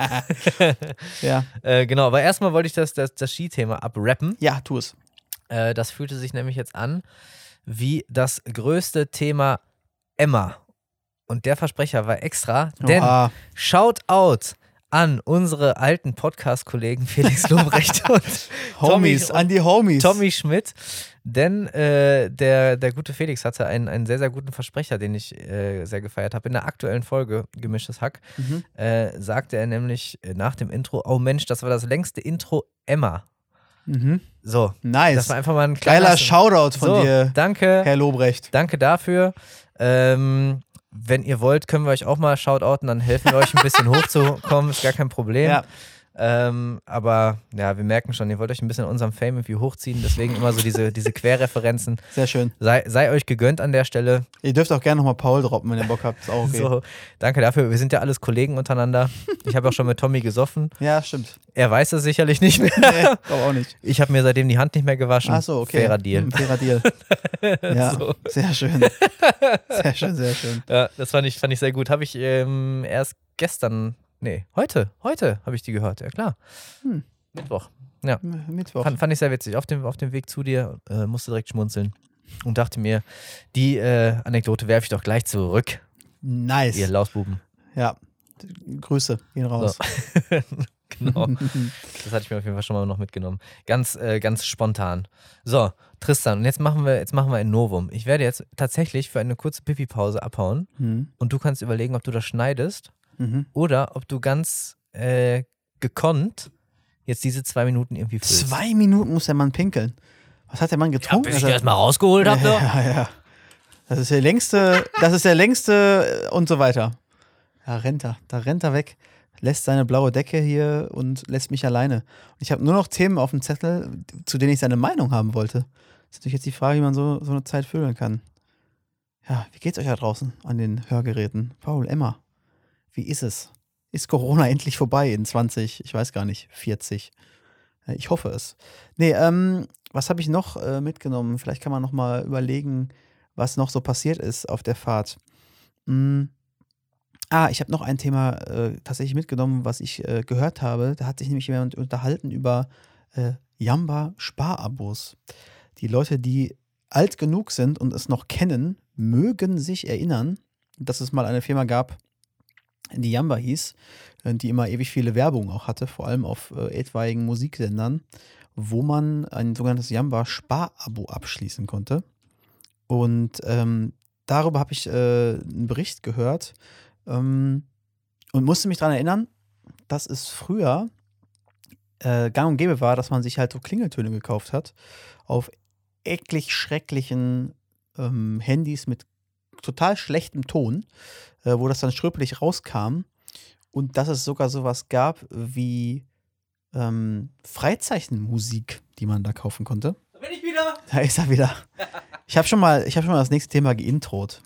Ja. äh, genau, aber erstmal wollte ich das, das, das Skithema abrappen. Ja, tu es. Äh, das fühlte sich nämlich jetzt an wie das größte Thema Emma. Und der Versprecher war extra, denn Oha. Shoutout an unsere alten Podcast-Kollegen Felix Lobrecht und Homies, Tommy, an die Homies. Tommy Schmidt. Denn äh, der, der gute Felix hatte einen, einen sehr, sehr guten Versprecher, den ich äh, sehr gefeiert habe. In der aktuellen Folge Gemischtes Hack Mhm. äh, sagte er nämlich äh, nach dem Intro, oh Mensch, das war das längste Intro Emma. Mhm. So, das Nice. war einfach mal ein Geiler kleiner Shoutout von so, dir, Danke, Herr Lobrecht. danke dafür. Ähm, wenn ihr wollt, können wir euch auch mal shoutouten, dann helfen wir euch ein bisschen hochzukommen, ist gar kein Problem. Ja. Ähm, aber ja, wir merken schon, ihr wollt euch ein bisschen unserem Fame irgendwie hochziehen, deswegen immer so diese, diese Querreferenzen. Sehr schön. Sei, sei euch gegönnt an der Stelle. Ihr dürft auch gerne nochmal Paul droppen, wenn ihr Bock habt. Ist auch okay. So, danke dafür. Wir sind ja alles Kollegen untereinander. Ich habe auch schon mit Tommy gesoffen. Ja, stimmt. Er weiß es sicherlich nicht mehr. Nee, glaube auch nicht. Ich habe mir seitdem die Hand nicht mehr gewaschen. Ach so, okay. Fairer Deal. Hm, fairer Deal. Ja, So. sehr schön. Sehr schön, sehr schön. Ja, das fand ich, fand ich sehr gut. Habe ich ähm, erst gestern, nee, heute, heute habe ich die gehört, ja klar. Hm. Mittwoch. Ja. Mittwoch. Fand, fand ich sehr witzig. Auf dem, auf dem Weg zu dir äh, musste direkt schmunzeln und dachte mir, die äh, Anekdote werfe ich doch gleich zurück, Nice. ihr Lausbuben. Ja. Grüße, gehen raus. So. Genau. Das hatte ich mir auf jeden Fall schon mal noch mitgenommen. Ganz, äh, ganz spontan. So, Tristan, und jetzt machen wir, jetzt machen wir ein Novum. Ich werde jetzt tatsächlich für eine kurze Pipi-Pause abhauen Mhm. und du kannst überlegen, ob du das schneidest Mhm. oder ob du ganz äh, gekonnt jetzt diese zwei Minuten irgendwie füllst. Zwei Minuten muss der Mann pinkeln. Was hat der Mann Ja, getrunken? bis ich Also- die erstmal rausgeholt habe. ja, ja, ja. Das ist der längste, das ist der längste und so weiter. Da rennt er, da rennt er weg, lässt seine blaue Decke hier und lässt mich alleine. Und ich habe nur noch Themen auf dem Zettel, zu denen ich seine Meinung haben wollte. Das ist natürlich jetzt die Frage, wie man so, so eine Zeit füllen kann. Ja, wie geht's euch da draußen an den Hörgeräten? Paul, Emma, wie ist es? Ist Corona endlich vorbei in zwanzig, ich weiß gar nicht, vierzig? Äh, Ich hoffe es. Nee, ähm, was habe ich noch äh, mitgenommen? Vielleicht kann man noch mal überlegen, was noch so passiert ist auf der Fahrt. Hm. Ah, ich habe noch ein Thema äh, tatsächlich mitgenommen, was ich äh, gehört habe. Da hat sich nämlich jemand unterhalten über äh, Jamba-Sparabos. Die Leute, die alt genug sind und es noch kennen, mögen sich erinnern, dass es mal eine Firma gab, die Jamba hieß, äh, die immer ewig viele Werbung auch hatte, vor allem auf äh, etwaigen Musiksendern, wo man ein sogenanntes Jamba-Sparabo abschließen konnte. Und ähm, darüber habe ich äh, einen Bericht gehört ähm, und musste mich daran erinnern, dass es früher äh, gang und gäbe war, dass man sich halt so Klingeltöne gekauft hat auf eklig schrecklichen ähm, Handys mit total schlechtem Ton, äh, wo das dann schröpelig rauskam und dass es sogar sowas gab wie ähm, Freizeichenmusik, die man da kaufen konnte. Da bin ich wieder. Da ist er wieder. Ich habe schon mal, ich habe schon mal das nächste Thema geintrot.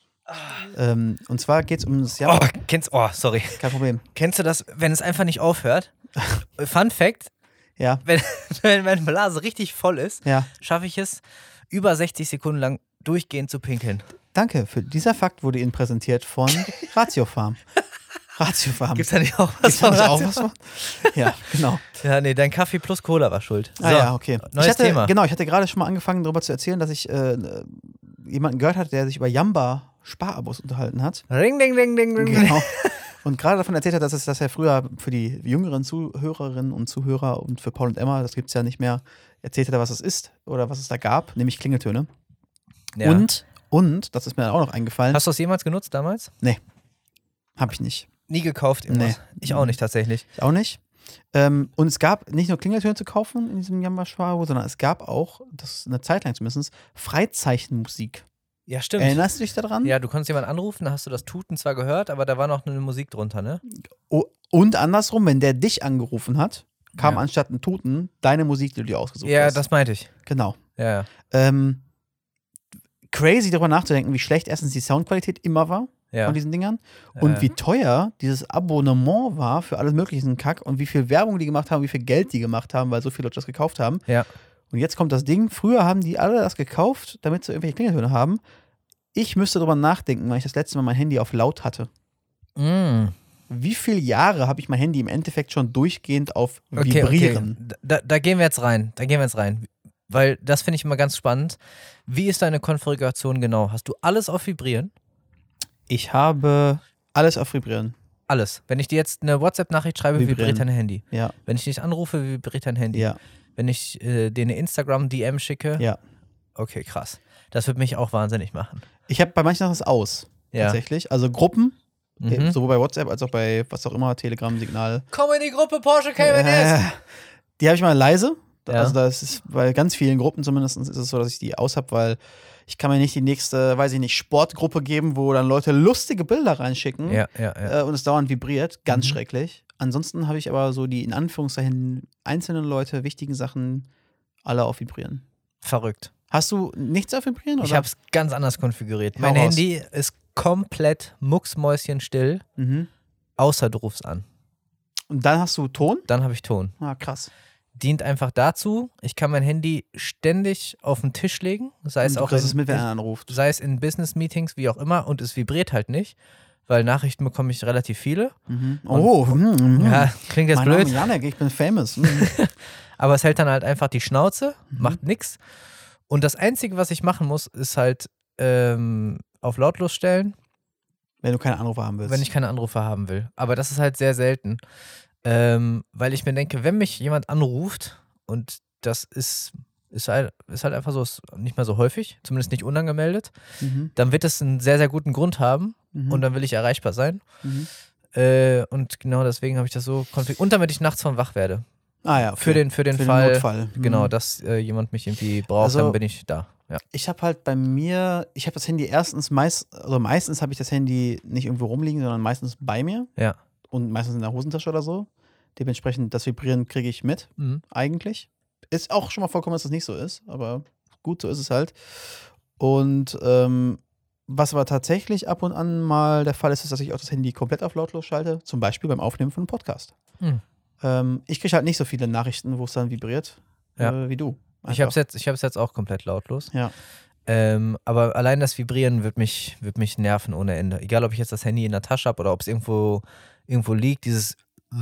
Ähm, und zwar geht es um das Jahr. Oh, kennst, oh, sorry. Kein Problem. Kennst du das, wenn es einfach nicht aufhört? Fun Fact, Ja, wenn, wenn meine Blase richtig voll ist, ja. schaffe ich es, über sechzig Sekunden lang durchgehend zu pinkeln. Danke. Für dieser Fakt wurde Ihnen präsentiert von Ratiofarm. Ratiofarm. Gibt's da nicht auch was Gibt's da von nicht auch Ratio? was von? Ja, genau. Ja, nee, dein Kaffee plus Cola war schuld. So, Ah ja, okay. neues ich hatte, Thema. Genau, ich hatte gerade schon mal angefangen, darüber zu erzählen, dass ich äh, jemanden gehört hatte, der sich über Jamba-Sparabos unterhalten hat. Ring, ding, ding, ding, ding. Genau. Und gerade davon erzählt hat, dass es das ja früher für die jüngeren Zuhörerinnen und Zuhörer und für Paul und Emma, das gibt es ja nicht mehr, erzählt hat, was es ist oder was es da gab, nämlich Klingeltöne. Ja. Und, und, das ist mir dann auch noch eingefallen, Hast du das jemals genutzt damals? habe ich nicht. Nie gekauft, irgendwas. Nee. Ich auch nicht tatsächlich. Ich auch nicht. Ähm, und es gab nicht nur Klingeltöne zu kaufen in diesem Jamba-Sparabo, sondern es gab auch, das ist eine Zeit lang zumindest, Freizeichenmusik. Ja, stimmt. Erinnerst du dich daran? Ja, du konntest jemanden anrufen, da hast du das Tuten zwar gehört, aber da war noch eine Musik drunter, ne? Oh, und andersrum, wenn der dich angerufen hat, kam Ja. anstatt ein Tuten deine Musik, die du dir ausgesucht Ja, hast. das meinte ich. Genau. Ja, ja. Ähm, crazy darüber nachzudenken, wie schlecht erstens die Soundqualität immer war ja. von diesen Dingern und Äh. wie teuer dieses Abonnement war für alles mögliche Kack und wie viel Werbung die gemacht haben, wie viel Geld die gemacht haben, weil so viele Leute das gekauft haben. Ja. Und jetzt kommt das Ding, früher haben die alle das gekauft, damit sie irgendwelche Klingeltöne haben. Ich müsste darüber nachdenken, weil ich das letzte Mal mein Handy auf laut hatte. Mm. Wie viele Jahre habe ich mein Handy im Endeffekt schon durchgehend auf Okay, Vibrieren? okay. Da, da gehen wir jetzt rein. Da gehen wir jetzt rein. Weil das finde ich immer ganz spannend. Wie ist deine Konfiguration genau? Hast du alles auf Vibrieren? Ich habe alles auf Vibrieren. Alles. Wenn ich dir jetzt eine WhatsApp-Nachricht schreibe, Vibrieren. vibriert dein Handy. Ja, Wenn ich dich anrufe, vibriert dein Handy. ja, Wenn ich äh, dir eine Instagram-D M schicke, ja. okay, krass. Das würde mich auch wahnsinnig machen. Ich habe bei manchen das aus, Ja. tatsächlich. Also Gruppen, äh, Mhm. sowohl bei WhatsApp als auch bei was auch immer, Telegram, Signal. Komm in die Gruppe Porsche Cayman S. Äh, die habe ich mal leise. Ja. Also das ist bei ganz vielen Gruppen zumindest ist es so, dass ich die aus habe, weil ich kann mir nicht die nächste, weiß ich nicht, Sportgruppe geben, wo dann Leute lustige Bilder reinschicken Ja, ja, ja. äh, und es dauernd vibriert. Ganz Mhm. schrecklich. Ansonsten habe ich aber so die in Anführungszeichen einzelnen Leute, wichtigen Sachen alle auf Vibrieren. Verrückt. Hast du nichts auf Vibrieren? Ich oder? habe es ganz anders konfiguriert. Hau Mein raus. Handy ist komplett mucksmäuschenstill, Mhm. außer du rufst an. Und dann hast du Ton? Dann habe ich Ton. Ah, krass. Dient einfach dazu, ich kann mein Handy ständig auf den Tisch legen, sei es Und du auch kriegst in, es mit, wenn einer anruft. sei es in Business-Meetings, wie auch immer, und es vibriert halt nicht, weil Nachrichten bekomme ich relativ viele. Mhm. Oh, mm, mm. Ja, klingt jetzt mein blöd, Name ist Janek, ich bin famous. Mm. aber es hält dann halt einfach die Schnauze, Mhm. macht nix. Und das Einzige, was ich machen muss, ist halt ähm, auf lautlos stellen, Wenn du keine Anrufe haben willst. wenn ich keine Anrufe haben will. Aber das ist halt sehr selten, ähm, weil ich mir denke, wenn mich jemand anruft, und das ist, ist, halt, ist halt einfach so, ist nicht mehr so häufig, zumindest nicht unangemeldet, Mhm. dann wird es einen sehr, sehr guten Grund haben Mhm. und dann will ich erreichbar sein. Mhm. Äh, und genau deswegen habe ich das so konfiguriert. Und damit ich nachts von wach werde. Ah ja, okay. Für den, für den Für Fall, den Notfall. Mhm. genau, dass äh, jemand mich irgendwie braucht, Also- dann bin ich da. Ja. Ich habe halt bei mir, ich habe das Handy erstens meist, also meistens habe ich das Handy nicht irgendwo rumliegen, sondern meistens bei mir Ja. und meistens in der Hosentasche oder so. Dementsprechend, das Vibrieren kriege ich mit, Mhm. eigentlich. Ist auch schon mal vorkommen, dass das nicht so ist, aber gut, so ist es halt. Und ähm, was aber tatsächlich ab und an mal der Fall ist, ist, dass ich auch das Handy komplett auf lautlos schalte, zum Beispiel beim Aufnehmen von einem Podcast. Mhm. Ähm, ich kriege halt nicht so viele Nachrichten, wo es dann vibriert, Ja. äh, wie du. Ich habe es jetzt, ich hab's jetzt auch komplett lautlos. Ja. Ähm, aber allein das Vibrieren wird mich, wird mich nerven ohne Ende. Egal, ob ich jetzt das Handy in der Tasche habe oder ob es irgendwo, irgendwo liegt, dieses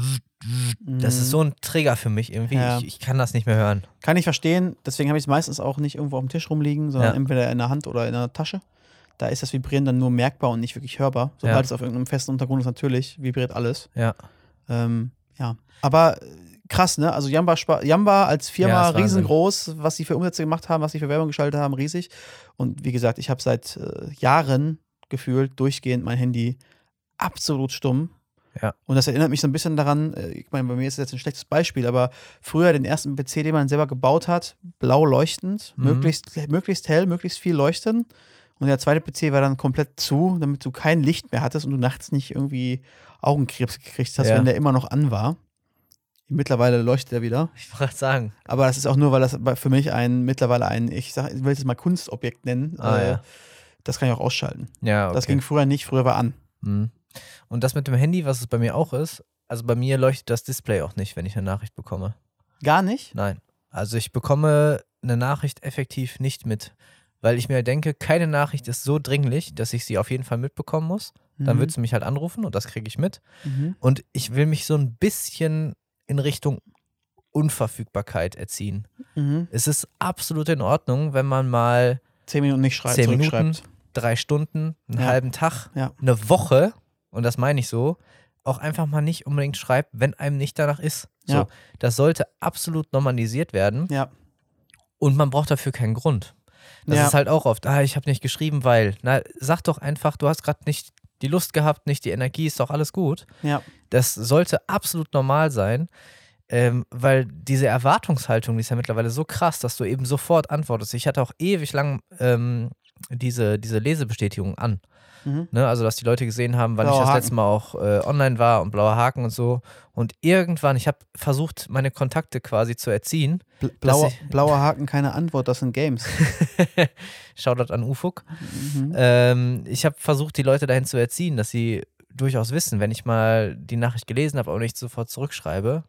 das ist so ein Trigger für mich irgendwie. Ja. Ich, ich kann das nicht mehr hören. Kann ich verstehen, deswegen habe ich es meistens auch nicht irgendwo auf dem Tisch rumliegen, sondern Ja. entweder in der Hand oder in der Tasche. Da ist das Vibrieren dann nur merkbar und nicht wirklich hörbar. Sobald Ja. es auf irgendeinem festen Untergrund ist, natürlich vibriert alles. Ja. Ähm, ja. Aber äh, krass, ne? Also Jamba, Spa- Jamba als Ja, Firma ist Wahnsinn. riesengroß, was sie für Umsätze gemacht haben, was sie für Werbung geschaltet haben, riesig. Und wie gesagt, ich habe seit äh, Jahren gefühlt durchgehend mein Handy absolut stumm. Ja. Und das erinnert mich so ein bisschen daran, äh, ich meine, bei mir ist das jetzt ein schlechtes Beispiel, aber früher den ersten P C, den man selber gebaut hat, blau leuchtend, Mhm. möglichst, möglichst hell, möglichst viel leuchten. Und der zweite P C war dann komplett zu, damit du kein Licht mehr hattest und du nachts nicht irgendwie Augenkrebs gekriegt hast, Ja. wenn der immer noch an war. Mittlerweile leuchtet er wieder. Ich wollte gerade sagen. Aber das ist auch nur, weil das bei- für mich ein mittlerweile ein, ich, sag, ich will es mal Kunstobjekt nennen. Ah, äh, ja. Das kann ich auch ausschalten. Ja, okay. Das ging früher nicht, früher war an. Mhm. Und das mit dem Handy, was es bei mir auch ist, also bei mir leuchtet das Display auch nicht, wenn ich eine Nachricht bekomme. Gar nicht? Nein. Also ich bekomme eine Nachricht effektiv nicht mit, weil ich mir denke, keine Nachricht ist so dringlich, dass ich sie auf jeden Fall mitbekommen muss. Dann Mhm. wird sie mich halt anrufen und das kriege ich mit. Mhm. Und ich will mich so ein bisschen in Richtung Unverfügbarkeit erziehen. Mhm. Es ist absolut in Ordnung, wenn man mal Zehn Minuten nicht schreibt, zehn Minuten, zurückschreibt. drei Stunden, einen Ja. halben Tag, Ja. eine Woche, und das meine ich so, auch einfach mal nicht unbedingt schreibt, wenn einem nicht danach ist. So, Ja. das sollte absolut normalisiert werden Ja. und man braucht dafür keinen Grund. Das Ja. ist halt auch oft, ah, ich habe nicht geschrieben, weil, na, sag doch einfach, du hast gerade nicht die Lust gehabt, nicht die Energie, ist doch alles gut. Ja. Das sollte absolut normal sein, ähm, weil diese Erwartungshaltung, die ist ja mittlerweile so krass, dass du eben sofort antwortest. Ich hatte auch ewig lang ähm, diese, diese Lesebestätigung an. Mhm. Ne? Also, dass die Leute gesehen haben, wann Blauer ich das Haken. letzte Mal auch äh, online war und blauer Haken und so. Und irgendwann, ich habe versucht, meine Kontakte quasi zu erziehen. Bl- Blauer, ich- blauer Haken, keine Antwort, das sind Games. Shoutout an Ufuk. Mhm. Ähm, ich habe versucht, die Leute dahin zu erziehen, dass sie durchaus wissen, wenn ich mal die Nachricht gelesen habe, aber nicht sofort zurückschreibe,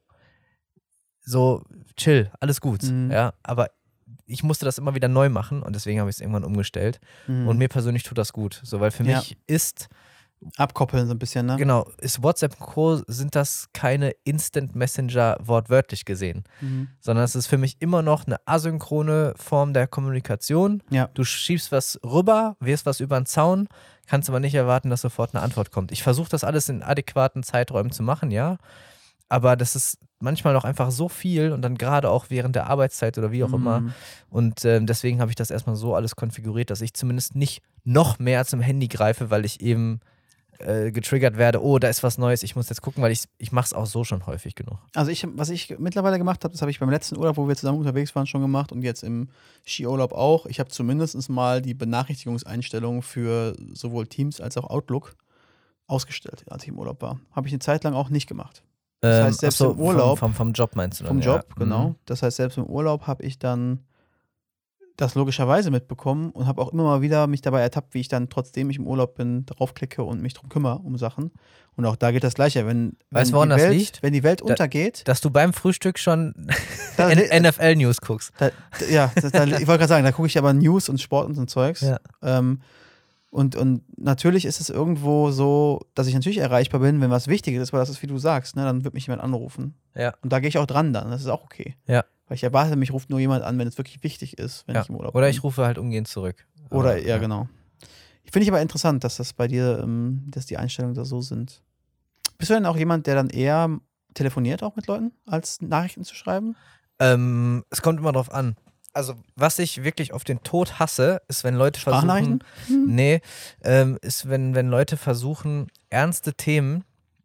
so chill, alles gut. Mhm. Ja, aber ich musste das immer wieder neu machen und deswegen habe ich es irgendwann umgestellt. Mhm. Und mir persönlich tut das gut. So, weil für Ja. mich ist, Abkoppeln so ein bisschen, ne? genau, ist WhatsApp und Co. sind das keine Instant Messenger wortwörtlich gesehen, Mhm. sondern es ist für mich immer noch eine asynchrone Form der Kommunikation. Ja. Du schiebst was rüber, wirst was über den Zaun, kannst aber nicht erwarten, dass sofort eine Antwort kommt. Ich versuche das alles in adäquaten Zeiträumen zu machen, ja, aber das ist manchmal auch einfach so viel und dann gerade auch während der Arbeitszeit oder wie auch immer. Mhm. Und ähm, deswegen habe ich das erstmal so alles konfiguriert, dass ich zumindest nicht noch mehr zum Handy greife, weil ich eben äh, getriggert werde, oh, da ist was Neues, ich muss jetzt gucken, weil ich, ich mache es auch so schon häufig genug. Also ich, was ich mittlerweile gemacht habe, das habe ich beim letzten Urlaub, wo wir zusammen unterwegs waren, schon gemacht und jetzt im Skiurlaub auch. Ich habe zumindest mal die Benachrichtigungseinstellungen für sowohl Teams als auch Outlook ausgestellt, als ich im Urlaub war. Habe ich eine Zeit lang auch nicht gemacht. Das Ähm, heißt, selbst ach so, im Urlaub, Vom, vom, vom Job meinst du dann? vom Job, ja. genau. Mhm. Das heißt, selbst im Urlaub habe ich dann das logischerweise mitbekommen und habe auch immer mal wieder mich dabei ertappt, wie ich dann, trotzdem ich im Urlaub bin, draufklicke und mich drum kümmere um Sachen. Und auch da geht das Gleiche. Wenn, Weißt wenn du, woran die das Welt, liegt? Wenn die Welt Da- untergeht, Dass du beim Frühstück schon Da- N F L-News guckst. da, ja, da, da, ich wollte gerade sagen, da gucke ich aber News und Sport und so ein Zeugs. Ja. Ähm, und, und natürlich ist es irgendwo so, dass ich natürlich erreichbar bin, wenn was Wichtiges ist, weil das ist, wie du sagst, ne, dann wird mich jemand anrufen. Ja. Und da gehe ich auch dran dann, das ist auch okay. Ja. Weil ich erwarte, mich ruft nur jemand an, wenn es wirklich wichtig ist, wenn Ja. ich im Urlaub Oder bin. ich rufe halt umgehend zurück. Oder, Aber, ja, genau. Finde ich aber interessant, dass das bei dir, ähm, dass die Einstellungen da so sind. Bist du denn auch jemand, der dann eher telefoniert auch mit Leuten, als Nachrichten zu schreiben? Ähm, es kommt immer drauf an. Also, was ich wirklich auf den Tod hasse, ist, wenn Leute versuchen. Sprachnachrichten? Hm. Nee, ähm, ist, wenn, wenn Leute versuchen, ernste Themen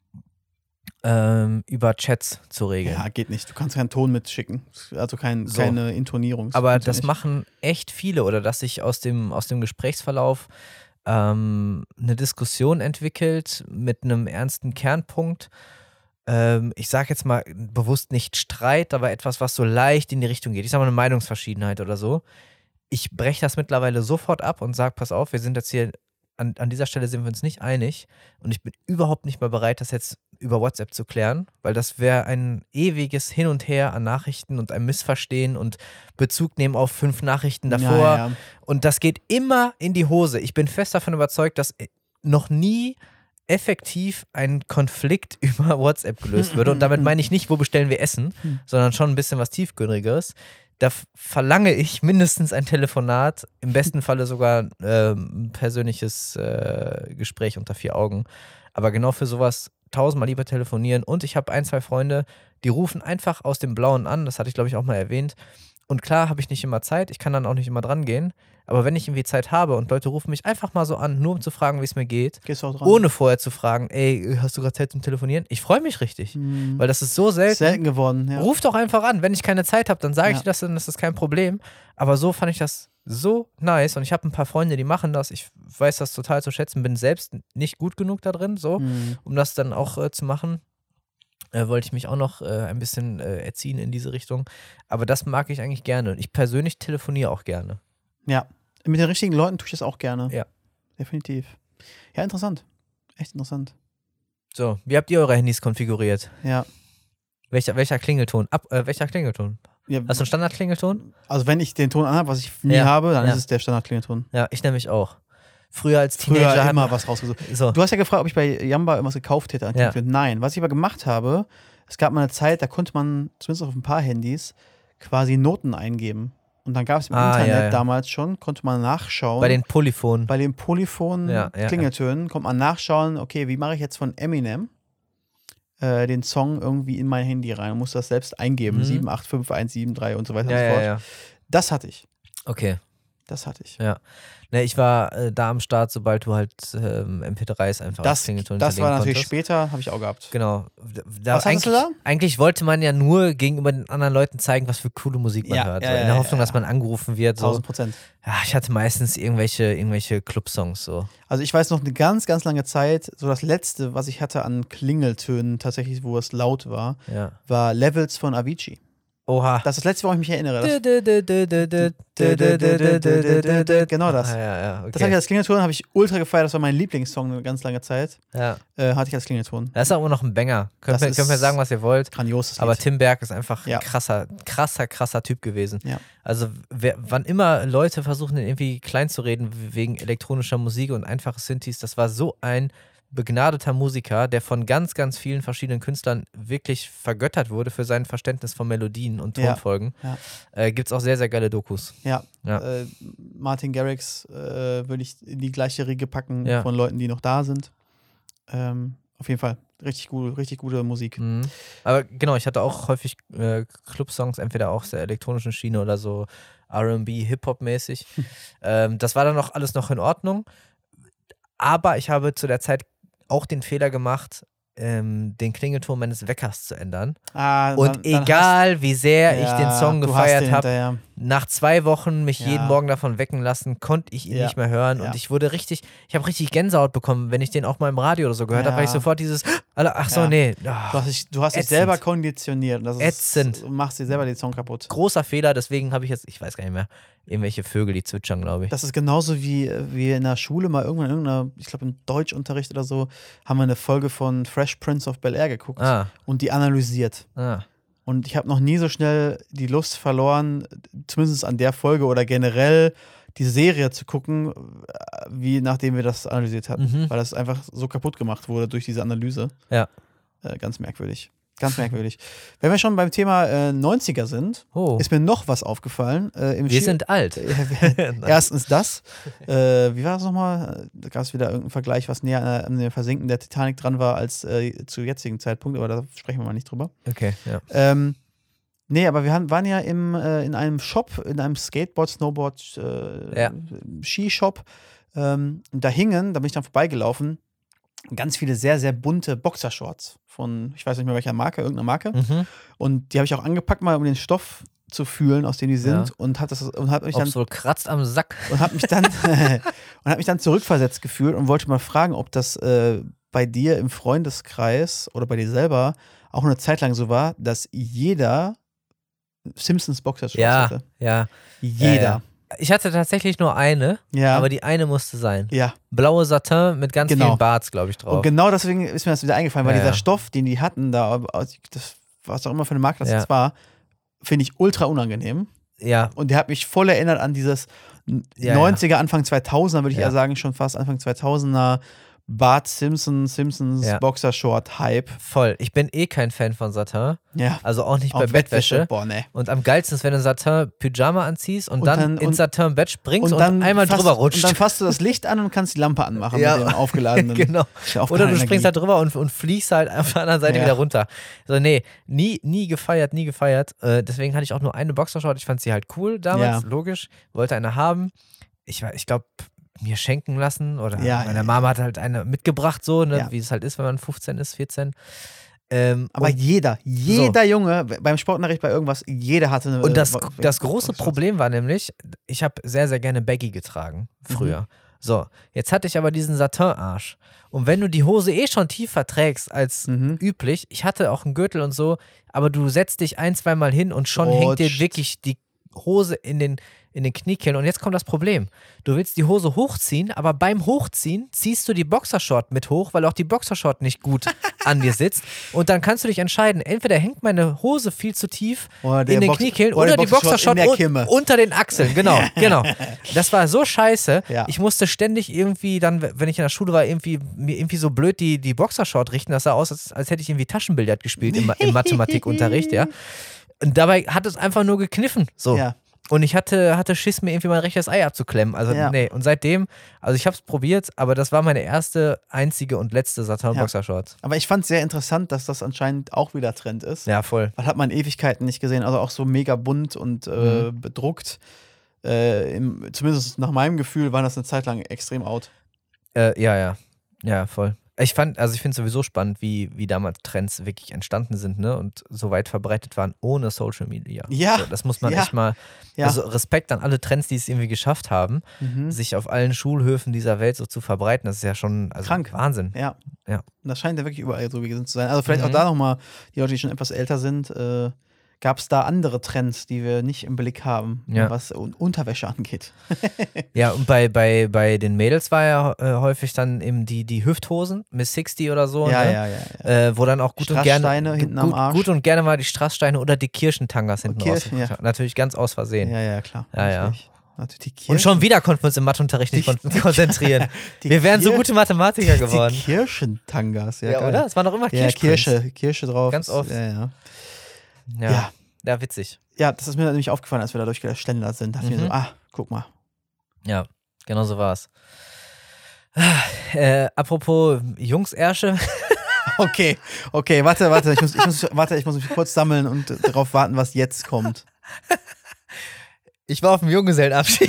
ähm, über Chats zu regeln. Ja, geht nicht. Du kannst keinen Ton mitschicken. Also kein, So. keine Intonierung. Aber funktioniert das nicht. machen echt viele, oder dass sich aus dem, aus dem Gesprächsverlauf ähm, eine Diskussion entwickelt mit einem ernsten Kernpunkt. Ähm, ich sage jetzt mal bewusst nicht Streit, aber etwas, was so leicht in die Richtung geht. Ich sage mal eine Meinungsverschiedenheit oder so. Ich breche das mittlerweile sofort ab und sage, pass auf, wir sind jetzt hier, an, an dieser Stelle sind wir uns nicht einig und ich bin überhaupt nicht mehr bereit, das jetzt über WhatsApp zu klären, weil das wäre ein ewiges Hin und Her an Nachrichten und ein Missverstehen und Bezug nehmen auf fünf Nachrichten davor. Ja, ja. Und das geht immer in die Hose. Ich bin fest davon überzeugt, dass noch nie effektiv ein Konflikt über WhatsApp gelöst würde. Und damit meine ich nicht, wo bestellen wir Essen, Hm. sondern schon ein bisschen was Tiefgründigeres. Da f- verlange ich mindestens ein Telefonat, im besten Falle sogar ähm, ein persönliches äh, Gespräch unter vier Augen. Aber genau für sowas tausendmal lieber telefonieren. Und ich habe ein, zwei Freunde, die rufen einfach aus dem Blauen an. Das hatte ich, glaube ich, auch mal erwähnt. Und klar habe ich nicht immer Zeit, ich kann dann auch nicht immer dran gehen. Aber wenn ich irgendwie Zeit habe und Leute rufen mich einfach mal so an, nur um zu fragen, wie es mir geht, Gehst du auch dran? ohne vorher zu fragen, ey, hast du gerade Zeit zum Telefonieren? Ich freue mich richtig, Hm. weil das ist so selten. Selten geworden, ja. Ruf doch einfach an. Wenn ich keine Zeit habe, dann sage ich Ja. dir das, dann ist das kein Problem. Aber so fand ich das so nice und ich habe ein paar Freunde, die machen das. Ich weiß das total zu schätzen, bin selbst nicht gut genug da drin, so, Hm. um das dann auch äh, zu machen. Äh, wollte ich mich auch noch äh, ein bisschen äh, erziehen in diese Richtung. Aber das mag ich eigentlich gerne. Ich persönlich telefoniere auch gerne. Ja. Mit den richtigen Leuten tue ich das auch gerne. Ja. Definitiv. Ja, interessant. Echt interessant. So, wie habt ihr eure Handys konfiguriert? Ja. Welcher, welcher Klingelton? Ab, äh, welcher Klingelton? ja Hast du einen Standardklingelton? also wenn ich den Ton anhabe, was ich nie Ja. habe, dann Ja. ist es der Standardklingelton. Ja, ich nämlich auch. Früher als Früher Teenager immer haben- was rausgesucht. So. Du hast ja gefragt, ob ich bei Jamba irgendwas gekauft hätte an Ja. Klingeltönen. Nein. Was ich aber gemacht habe, es gab mal eine Zeit, da konnte man, zumindest auf ein paar Handys, quasi Noten eingeben. Und dann gab es im Ah, Internet ja, ja. damals schon, konnte man nachschauen. Bei den Polyphonen. Bei den Polyphonen Ja, ja, Klingeltönen kommt man nachschauen, okay, wie mache ich jetzt von Eminem äh, den Song irgendwie in mein Handy rein und muss das selbst eingeben. Mhm. sieben acht fünf eins sieben drei und so weiter Ja, und so ja, fort. ja. Das hatte ich. Okay. Das hatte ich. Ja. Ne, ich war äh, da am Start, sobald du halt ähm, M P dreis einfach als Das, Klingelton das war hinterlegen natürlich konntest. später, habe ich auch gehabt. Genau. Da, Was hattest du eigentlich, da? Eigentlich wollte man ja nur gegenüber den anderen Leuten zeigen, was für coole Musik man Ja, hört. ja, so, in ja, der ja, Hoffnung, ja. dass man angerufen wird. So. tausend Prozent. Ja, ich hatte meistens irgendwelche, irgendwelche Clubsongs. So. Also ich weiß noch eine ganz, ganz lange Zeit, so das letzte, was ich hatte an Klingeltönen, tatsächlich, wo es laut war, Ja. war Levels von Avicii. Oha. Das ist das letzte, woran ich mich erinnere. Das, Genau genau das. Ah, ja, ja, okay. das hatte ich als Klingelton, habe ich ultra gefeiert, das war mein Lieblingssong eine ganz lange Zeit. ja. Äh, hatte ich als Klingelton. Das ist auch immer noch ein Banger. Könnt Das ihr ist- könnt mir sagen, was ihr wollt. Grandioses Aber Lied. Tim Berg ist einfach Ja. ein krasser, krasser, krasser Typ gewesen. Ja. Also, wer, wann immer Leute versuchen, ihn irgendwie klein zu reden wegen elektronischer Musik und einfache Synthes, das war so ein begnadeter Musiker, der von ganz, ganz vielen verschiedenen Künstlern wirklich vergöttert wurde für sein Verständnis von Melodien und Ja. Tonfolgen. Ja. Äh, Gibt es auch sehr, sehr geile Dokus. Ja. Ja. Äh, Martin Garrix äh, würde ich in die gleiche Riege packen Ja. von Leuten, die noch da sind. Ähm, auf jeden Fall. Richtig gute, richtig gute Musik. Mhm. Aber genau, ich hatte auch häufig äh, Clubsongs, entweder auch der elektronischen Schiene oder so R and B, Hip-Hop-mäßig. ähm, das war dann auch alles noch in Ordnung. Aber ich habe zu der Zeit auch den Fehler gemacht, ähm, den Klingelton meines Weckers zu ändern. Ah, und dann, dann egal, hast, wie sehr ja, ich den Song du hast den gefeiert habe, hinterher. nach zwei Wochen mich Ja. jeden Morgen davon wecken lassen, konnte ich ihn Ja. nicht mehr hören. Ja. Und ich wurde richtig, ich habe richtig Gänsehaut bekommen, wenn ich den auch mal im Radio oder so gehört Ja. habe, weil ich sofort dieses, ach so, Ja. nee. Du ach, hast dich, du hast dich ätzend. selber konditioniert. Das ist, Ätzend. Du machst dir selber den Song kaputt. Großer Fehler, deswegen habe ich jetzt, ich weiß gar nicht mehr, irgendwelche Vögel, die zwitschern, glaube ich. Das ist genauso wie wir in der Schule mal irgendwann in irgendeiner, ich glaube im Deutschunterricht oder so, haben wir eine Folge von Fresh Prince of Bel-Air geguckt Ah, und die analysiert. ah. Und ich habe noch nie so schnell die Lust verloren, zumindest an der Folge oder generell die Serie zu gucken, wie nachdem wir das analysiert hatten. Mhm. Weil das einfach so kaputt gemacht wurde durch diese Analyse. Ja. Äh, ganz merkwürdig. Ganz merkwürdig. Wenn wir schon beim Thema äh, neunziger sind, Oh, ist mir noch was aufgefallen. Äh, im wir Ski- sind alt. Erstens das. Äh, wie war das nochmal? Da gab es wieder irgendeinen Vergleich, was näher an dem Versinken der Titanic dran war als äh, zu jetzigen Zeitpunkt, aber da sprechen wir mal nicht drüber. Okay, ja. Ähm, nee, aber wir haben, waren ja im, äh, in einem Shop, in einem Skateboard, Snowboard, äh, Ja. Skishop. Ähm, da hingen, da bin ich dann vorbeigelaufen, ganz viele sehr, sehr bunte Boxershorts von, ich weiß nicht mehr welcher Marke, irgendeiner Marke. Mhm. Und die habe ich auch angepackt, mal um den Stoff zu fühlen, aus dem die sind. Ja. Und hat das und hat mich Ob dann so kratzt am Sack. und habe mich dann und habe mich dann zurückversetzt gefühlt und wollte mal fragen, ob das äh, bei dir im Freundeskreis oder bei dir selber auch eine Zeit lang so war, dass jeder Simpsons Boxershorts Ja, hatte. ja. Jeder. Ja, Ich hatte tatsächlich nur eine, Ja. aber die eine musste sein. Ja. Blaue Satin mit ganz Genau. vielen Barts, glaube ich, drauf. Und genau deswegen ist mir das wieder eingefallen, weil Ja, dieser ja. Stoff, den die hatten, da, das, was auch immer für eine Marke das Ja. jetzt war, finde ich ultra unangenehm. Ja, Und der hat mich voll erinnert an dieses Ja, neunziger, Anfang zweitausender, würde ich Ja. eher sagen, schon fast Anfang zweitausender Bart Simpson, Simpsons Ja. Boxershort-Hype. voll. Ich bin eh kein Fan von Satin. Ja. Also auch nicht Auch bei Bettwäsche. Boah, ne. Und am geilsten ist, wenn du Satin-Pyjama anziehst und, Und dann, dann- ins und- Satin-Bett springst und, dann einmal fasst, drüber rutscht. Und dann fasst du das Licht an und kannst die Lampe anmachen Ja. mit dem aufgeladenen. genau. der Oder aufgeladenen du springst Energie. da drüber und, und fliegst halt auf der anderen Seite Ja. wieder runter. So, nee, nie, nie gefeiert, nie gefeiert. Äh, deswegen hatte ich auch nur eine Boxershort. Ich fand sie halt cool damals, Ja. logisch. Wollte eine haben. Ich, war- ich glaube, mir schenken lassen oder Ja, meine ja, Mama hat halt eine mitgebracht, so, ne, Ja. wie es halt ist, wenn man fünfzehn ist, vierzehn. Ähm, Aber und, jeder, jeder Junge, beim Sportunterricht, bei irgendwas, jeder hatte eine. und das, Bo- das große Boxershorts. Problem war nämlich, ich habe sehr, sehr gerne Baggy getragen, früher. Mhm. So, jetzt hatte ich aber diesen Satin-Arsch. Und wenn du die Hose eh schon tiefer trägst als Mhm. üblich, ich hatte auch einen Gürtel und so, aber du setzt dich ein, zweimal hin und schon hängt dir Rutscht. wirklich die Hose in den, in den Kniekehlen. Und jetzt kommt das Problem. Du willst die Hose hochziehen, aber beim Hochziehen ziehst du die Boxershort mit hoch, weil auch die Boxershort nicht gut an dir sitzt. Und dann kannst du dich entscheiden, entweder hängt meine Hose viel zu tief Oder der in den Box- Kniekehlen oder oder die die Boxershort Boxershort in der un- Kimme. unter den Achseln. Genau, genau. Das war so scheiße. Ja. Ich musste ständig irgendwie dann, wenn ich in der Schule war, irgendwie mir irgendwie so blöd die, die Boxershort richten. Das sah aus, als, als hätte ich irgendwie Taschenbillard gespielt im, Ma- im Mathematikunterricht, ja. Und dabei hat es einfach nur gekniffen. So. Ja. Und ich hatte, hatte Schiss, mir irgendwie mein rechtes Ei abzuklemmen. Also, Ja. nee. Und seitdem, also ich habe es probiert, aber das war meine erste, einzige und letzte Satin-Boxershorts. Aber ich fand es sehr interessant, dass das anscheinend auch wieder Trend ist. Ja, voll. Weil hat man Ewigkeiten nicht gesehen. Also auch so mega bunt und äh, Mhm. bedruckt. Äh, im, zumindest nach meinem Gefühl war das eine Zeit lang extrem out. Äh, ja, ja. Ja, voll. Ich fand, also ich finde es sowieso spannend, wie, wie damals Trends wirklich entstanden sind, ne? Und so weit verbreitet waren ohne Social Media. Ja, So, das muss man ja, echt mal, ja. also Respekt an alle Trends, die es irgendwie geschafft haben, Mhm. sich auf allen Schulhöfen dieser Welt so zu verbreiten. Das ist ja schon also Krank. Wahnsinn. Ja. Ja. Und das scheint ja wirklich überall so gewesen zu sein. Also vielleicht Mhm. auch da nochmal, die Leute, die schon etwas älter sind, äh, gab es da andere Trends, die wir nicht im Blick haben, Ja. was Un- Unterwäsche angeht. Ja, und bei, bei, bei den Mädels war ja äh, häufig dann eben die, die Hüfthosen, Miss sechzig oder so, ja, ne? ja, ja, ja. Äh, wo dann auch gut und gerne Strasssteine hinten am gut, Arsch. gut und gerne mal die Strasssteine oder die Kirschentangas hinten Kirschen, raus. ja. Natürlich ganz aus Versehen. Ja, ja, klar. Ja, ja. Richtig. Natürlich die Kirschen. Und schon wieder konnten wir uns im Matheunterricht nicht Die- kon konzentrieren. die Wir wären so Kir- gute Mathematiker geworden. Die Kirschentangas, ja, Ja, geil. oder? Es waren doch immer Ja, Kirschprinz. Kirsche, Kirsche drauf. Ganz oft. Ja, ja. Ja. Ja. ja, witzig. Ja, das ist mir nämlich aufgefallen, als wir da durchgeschlendert sind. Da dachte ich mir Mhm. so, ah, guck mal. Ja, genau so war's. Äh, apropos Jungsärsche. Okay, okay, warte, warte, ich muss, ich muss, warte, ich muss mich kurz sammeln und äh, darauf warten, was jetzt kommt. Ich war auf dem Junggesellenabschied.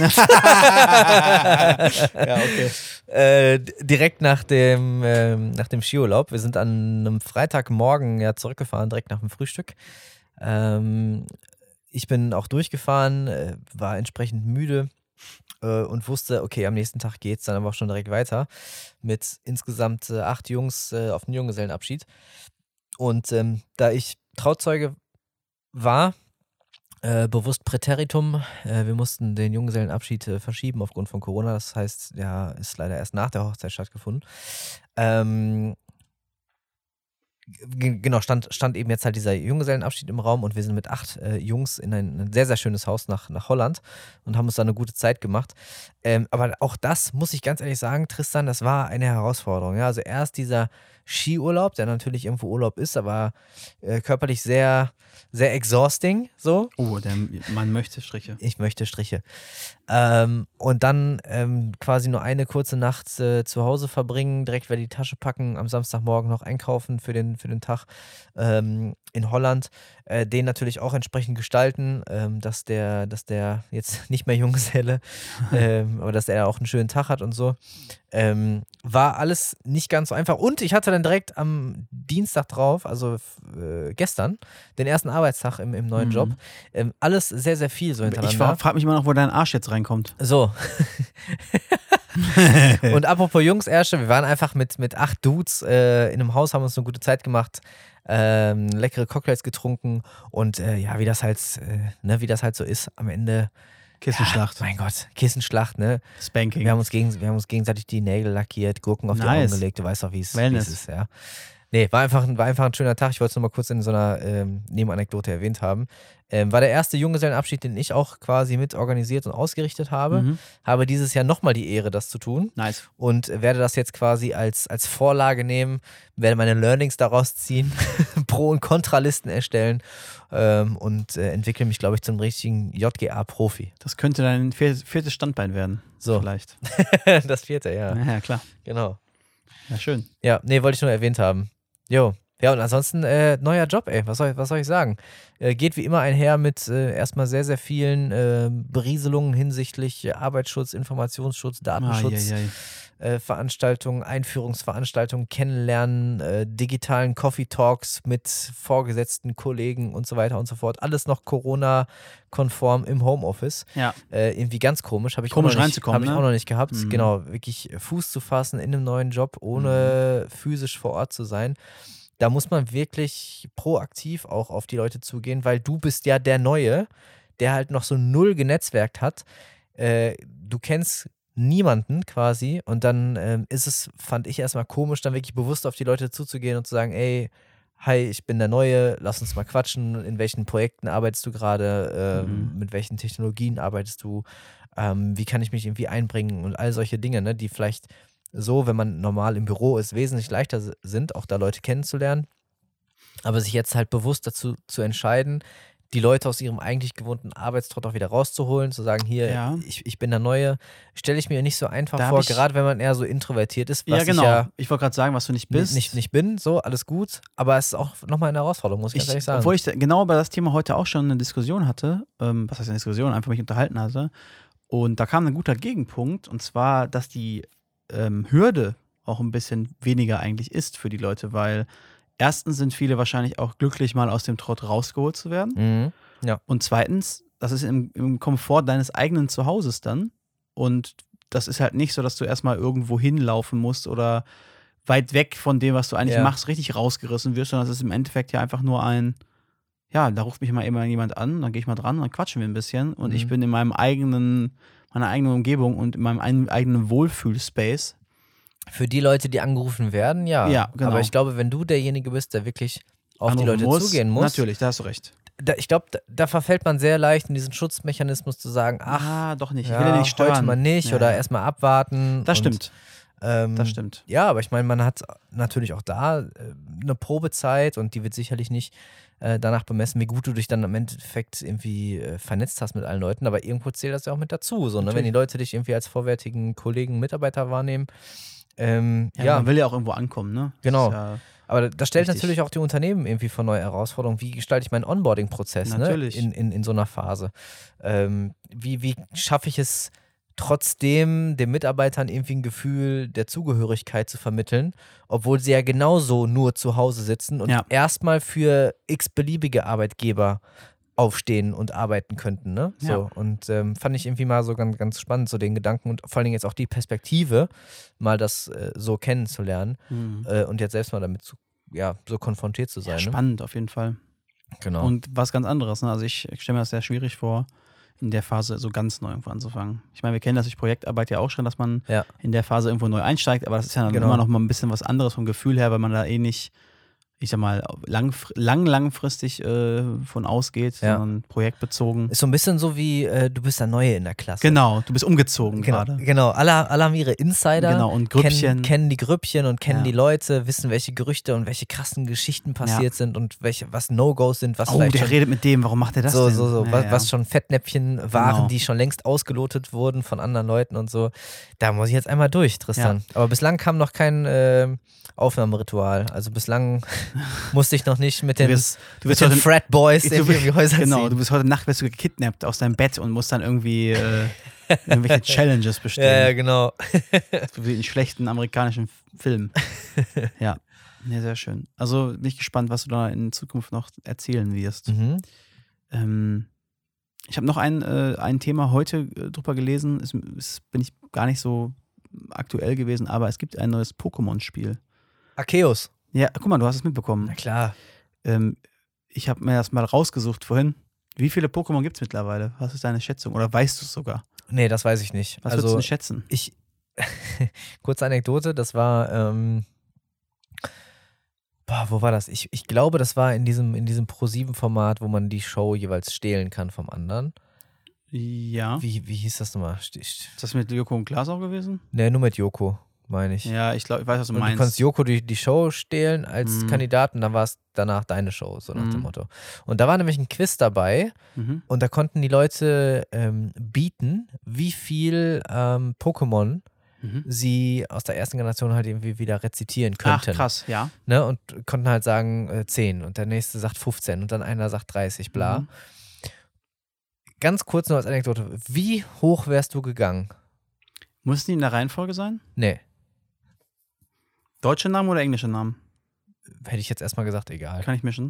Ja, okay. Äh, direkt nach dem, ähm, nach dem Skiurlaub. Wir sind an einem Freitagmorgen ja zurückgefahren, direkt nach dem Frühstück. Ähm, ich bin auch durchgefahren, äh, war entsprechend müde äh, und wusste, okay, am nächsten Tag geht's dann aber auch schon direkt weiter mit insgesamt äh, acht Jungs äh, auf den Junggesellenabschied. Und ähm, da ich Trauzeuge war, Äh, bewusst Präteritum. Äh, wir mussten den Junggesellenabschied äh, verschieben aufgrund von Corona. Das heißt, ja, ist leider erst nach der Hochzeit stattgefunden. Ähm, g- genau, stand, stand eben jetzt halt dieser Junggesellenabschied im Raum und wir sind mit acht äh, Jungs in ein, ein sehr, sehr schönes Haus nach, nach Holland und haben uns da eine gute Zeit gemacht. Ähm, aber auch das, muss ich ganz ehrlich sagen, Tristan, das war eine Herausforderung. Ja? Also erst dieser Skiurlaub, der natürlich irgendwo Urlaub ist, aber äh, körperlich sehr, sehr exhausting, so. Oh, der, man möchte Striche. Ich möchte Striche. Ähm, und dann ähm, quasi nur eine kurze Nacht äh, zu Hause verbringen, direkt wieder die Tasche packen, am Samstagmorgen noch einkaufen für den, für den Tag ähm, in Holland. Äh, den natürlich auch entsprechend gestalten, ähm, dass der, dass der jetzt nicht mehr Junggeselle, ähm, aber dass er auch einen schönen Tag hat und so. Ähm, war alles nicht ganz so einfach. Und ich hatte dann direkt am Dienstag drauf, also äh, gestern, den ersten Arbeitstag im, im neuen Mhm. Job. Ähm, alles sehr, sehr viel so hintereinander. Ich frage mich immer noch, wo dein Arsch jetzt reinkommt. So. Und apropos Jungs, Ersche, wir waren einfach mit, mit acht Dudes äh, in einem Haus, haben uns eine gute Zeit gemacht, ähm, leckere Cocktails getrunken und äh, ja, wie das halt, äh, ne, wie das halt so ist, am Ende. Kissenschlacht. Ja, mein Gott, Kissenschlacht, ne? Spanking. Wir haben uns, gegen, wir haben uns gegenseitig die Nägel lackiert, Gurken auf die Nice. Augen gelegt, du weißt doch, wie es wie Wellness. es ist, ja. Nee, war einfach, ein- war einfach ein schöner Tag. Ich wollte es nur mal kurz in so einer ähm, Nebenanekdote erwähnt haben. Ähm, war der erste Junggesellenabschied, den ich auch quasi mit organisiert und ausgerichtet habe. Mhm. Habe dieses Jahr nochmal die Ehre, das zu tun. Nice. Und werde das jetzt quasi als, als Vorlage nehmen, werde meine Learnings daraus ziehen, Pro- und Kontralisten erstellen ähm, und äh, entwickle mich, glaube ich, zum richtigen J G A-Profi. Das könnte dein vier- viertes Standbein werden. So. Vielleicht. Das vierte, ja. Ja, ja, klar. Genau. Ja, schön. Ja, nee, wollte ich nur erwähnt haben. Jo. Ja, und ansonsten äh, neuer Job, ey. Was soll, was soll ich sagen? Äh, geht wie immer einher mit äh, erstmal sehr, sehr vielen äh, Berieselungen hinsichtlich Arbeitsschutz, Informationsschutz, Datenschutz, Ah, je, je. äh, Veranstaltungen, Einführungsveranstaltungen, Kennenlernen, äh, digitalen Coffee Talks mit vorgesetzten Kollegen und so weiter und so fort. Alles noch Corona-konform im Homeoffice. Ja. Äh, irgendwie ganz komisch. Habe ich, Komisch auch noch nicht, reinzukommen, hab ich ne? auch noch nicht gehabt. Mhm. Genau, wirklich Fuß zu fassen in einem neuen Job, ohne physisch vor Ort zu sein. Da muss man wirklich proaktiv auch auf die Leute zugehen, weil du bist ja der Neue, der halt noch so null genetzwerkt hat. Äh, du kennst niemanden quasi und dann ähm, ist es, fand ich erstmal komisch, dann wirklich bewusst auf die Leute zuzugehen und zu sagen, ey, hi, ich bin der Neue, lass uns mal quatschen, in welchen Projekten arbeitest du gerade, ähm, Mhm. mit welchen Technologien arbeitest du, ähm, wie kann ich mich irgendwie einbringen und all solche Dinge, ne, die vielleicht so, wenn man normal im Büro ist, wesentlich leichter s- sind, auch da Leute kennenzulernen. Aber sich jetzt halt bewusst dazu zu entscheiden, die Leute aus ihrem eigentlich gewohnten Arbeitstrott auch wieder rauszuholen, zu sagen, hier, Ja. ich, ich bin der Neue, stelle ich mir nicht so einfach Da hab vor, ich- gerade wenn man eher so introvertiert ist, was Ja, genau. ich ja Ich wollte gerade sagen, was du nicht ni- bist. nicht, nicht bin, so, alles gut, aber es ist auch nochmal eine Herausforderung, muss ich, ganz Ich, ehrlich sagen. obwohl ich da- genau über das Thema heute auch schon eine Diskussion hatte, ähm, was heißt eine Diskussion, einfach mich unterhalten hatte. Und da kam ein guter Gegenpunkt, und zwar, dass die ähm, Hürde auch ein bisschen weniger eigentlich ist für die Leute, weil erstens sind viele wahrscheinlich auch glücklich, mal aus dem Trott rausgeholt zu werden. Mhm. Und zweitens, das ist im, im Komfort deines eigenen Zuhauses dann. Und das ist halt nicht so, dass du erstmal irgendwo hinlaufen musst oder weit weg von dem, was du eigentlich Ja. machst, richtig rausgerissen wirst, sondern es ist im Endeffekt ja einfach nur ein, ja, da ruft mich mal immer jemand an, dann gehe ich mal dran, dann quatschen wir ein bisschen und Mhm. ich bin in meinem eigenen, meiner eigenen Umgebung und in meinem ein- eigenen Wohlfühlspace. Für die Leute, die angerufen werden, ja. Ja, genau. Aber ich glaube, wenn du derjenige bist, der wirklich auf die Anrufen Leute muss. zugehen muss, Natürlich, da hast du recht. da, ich glaube, da, da verfällt man sehr leicht in diesen Schutzmechanismus zu sagen, ach, ah, doch nicht, ich ja, will ja nicht stören. heute mal nicht Ja, oder ja. erstmal abwarten. Das und, stimmt, Ähm, das stimmt. Ja, aber ich meine, man hat natürlich auch da äh, eine Probezeit und die wird sicherlich nicht äh, danach bemessen, wie gut du dich dann im Endeffekt irgendwie äh, vernetzt hast mit allen Leuten, aber irgendwo zählt das ja auch mit dazu. So, ne? Wenn Natürlich. die Leute dich irgendwie als vorwertigen Kollegen, Mitarbeiter wahrnehmen, ähm, Ja, ja, man will ja auch irgendwo ankommen, ne? Das Genau. ist ja, Aber das stellt Richtig. natürlich auch die Unternehmen irgendwie vor neue Herausforderungen. Wie gestalte ich meinen Onboarding-Prozess ne? Natürlich. in, in, in so einer Phase? Ähm, wie, wie schaffe ich es trotzdem den Mitarbeitern irgendwie ein Gefühl der Zugehörigkeit zu vermitteln, obwohl sie ja genauso nur zu Hause sitzen und Ja. erstmal für x-beliebige Arbeitgeber aufstehen und arbeiten könnten. Ne? So, Ja. und ähm, fand ich irgendwie mal so ganz, ganz spannend, so den Gedanken und vor allen Dingen jetzt auch die Perspektive, mal das äh, so kennenzulernen Mhm. äh, und jetzt selbst mal damit zu, ja, so konfrontiert zu sein. Ja, ne? spannend auf jeden Fall. Genau. Und was ganz anderes. Ne? Also ich, ich stelle mir das sehr schwierig vor, in der Phase so ganz neu irgendwo anzufangen. Ich meine, wir kennen das durch Projektarbeit ja auch schon, dass man Ja. in der Phase irgendwo neu einsteigt, aber das ist ja dann Genau. immer noch mal ein bisschen was anderes vom Gefühl her, weil man da eh nicht, ich sag mal, lang, lang langfristig äh, von ausgeht, Ja. sondern projektbezogen. Ist so ein bisschen so wie, äh, du bist der Neue in der Klasse. Genau, du bist umgezogen Genau, gerade. genau. Alle, alle haben ihre Insider, Genau, und Grüppchen. kennen, kennen die Grüppchen und kennen Ja. die Leute, wissen, welche Gerüchte und welche krassen Geschichten passiert Ja. sind und welche, was No-Gos sind, was Oh, vielleicht der schon, redet mit dem, warum macht er das so, denn? so, so, Ja, was, ja. was schon Fettnäpfchen waren, Genau. die schon längst ausgelotet wurden von anderen Leuten und so. Da muss ich jetzt einmal durch, Tristan. Aber bislang kam noch kein äh, Aufnahmeritual. Also bislang musste ich noch nicht mit den, Du wirst, du mit wirst den heute, Frat Boys du irgendwie in die Häuser genau, ziehen. du bist heute Nacht wirst du gekidnappt aus deinem Bett und musst dann irgendwie äh, irgendwelche Challenges Ja, ja, bestehen. genau. So wie in schlechten amerikanischen Filmen. Ja. Ja, sehr schön. Also bin ich gespannt, was du da in Zukunft noch erzählen wirst. Mhm. Ähm, ich habe noch ein, äh, ein Thema heute äh, drüber gelesen. Es, es bin ich gar nicht so aktuell gewesen, aber es gibt ein neues Pokémon-Spiel. Arceus. Ja, guck mal, du hast es mitbekommen. Na klar. Ähm, ich habe mir das mal rausgesucht vorhin. Wie viele Pokémon gibt es mittlerweile? Was ist deine Schätzung? Oder weißt du es sogar? Nee, das weiß ich nicht. Was würdest du also denn schätzen? ich, kurze Anekdote, das war, ähm, boah, wo war das? Ich, ich glaube, das war in diesem, in diesem Pro sieben Format, wo man die Show jeweils stehlen kann vom anderen. Ja. Wie, wie hieß das nochmal? St- st- Ist das mit Joko und Klaas auch gewesen? Nee, nur mit Joko, meine ich. Ja, ich glaube, ich weiß, was du Und du meinst. konntest Joko die, die Show stehlen als Mhm. Kandidaten, dann war es danach deine Show, so nach dem Mhm. Motto. Und da war nämlich ein Quiz dabei Mhm. und da konnten die Leute ähm, bieten, wie viel ähm, Pokémon Mhm. sie aus der ersten Generation halt irgendwie wieder rezitieren Ach, könnten. krass, ja. Ne? Und konnten halt sagen äh, zehn und der nächste sagt fünfzehn und dann einer sagt dreißig, bla. Mhm. Ganz kurz nur als Anekdote, wie hoch wärst du gegangen? Mussten die in der Reihenfolge sein? Nee, Deutsche Namen oder englische Namen? hätte ich jetzt erstmal gesagt, egal. Kann ich mischen.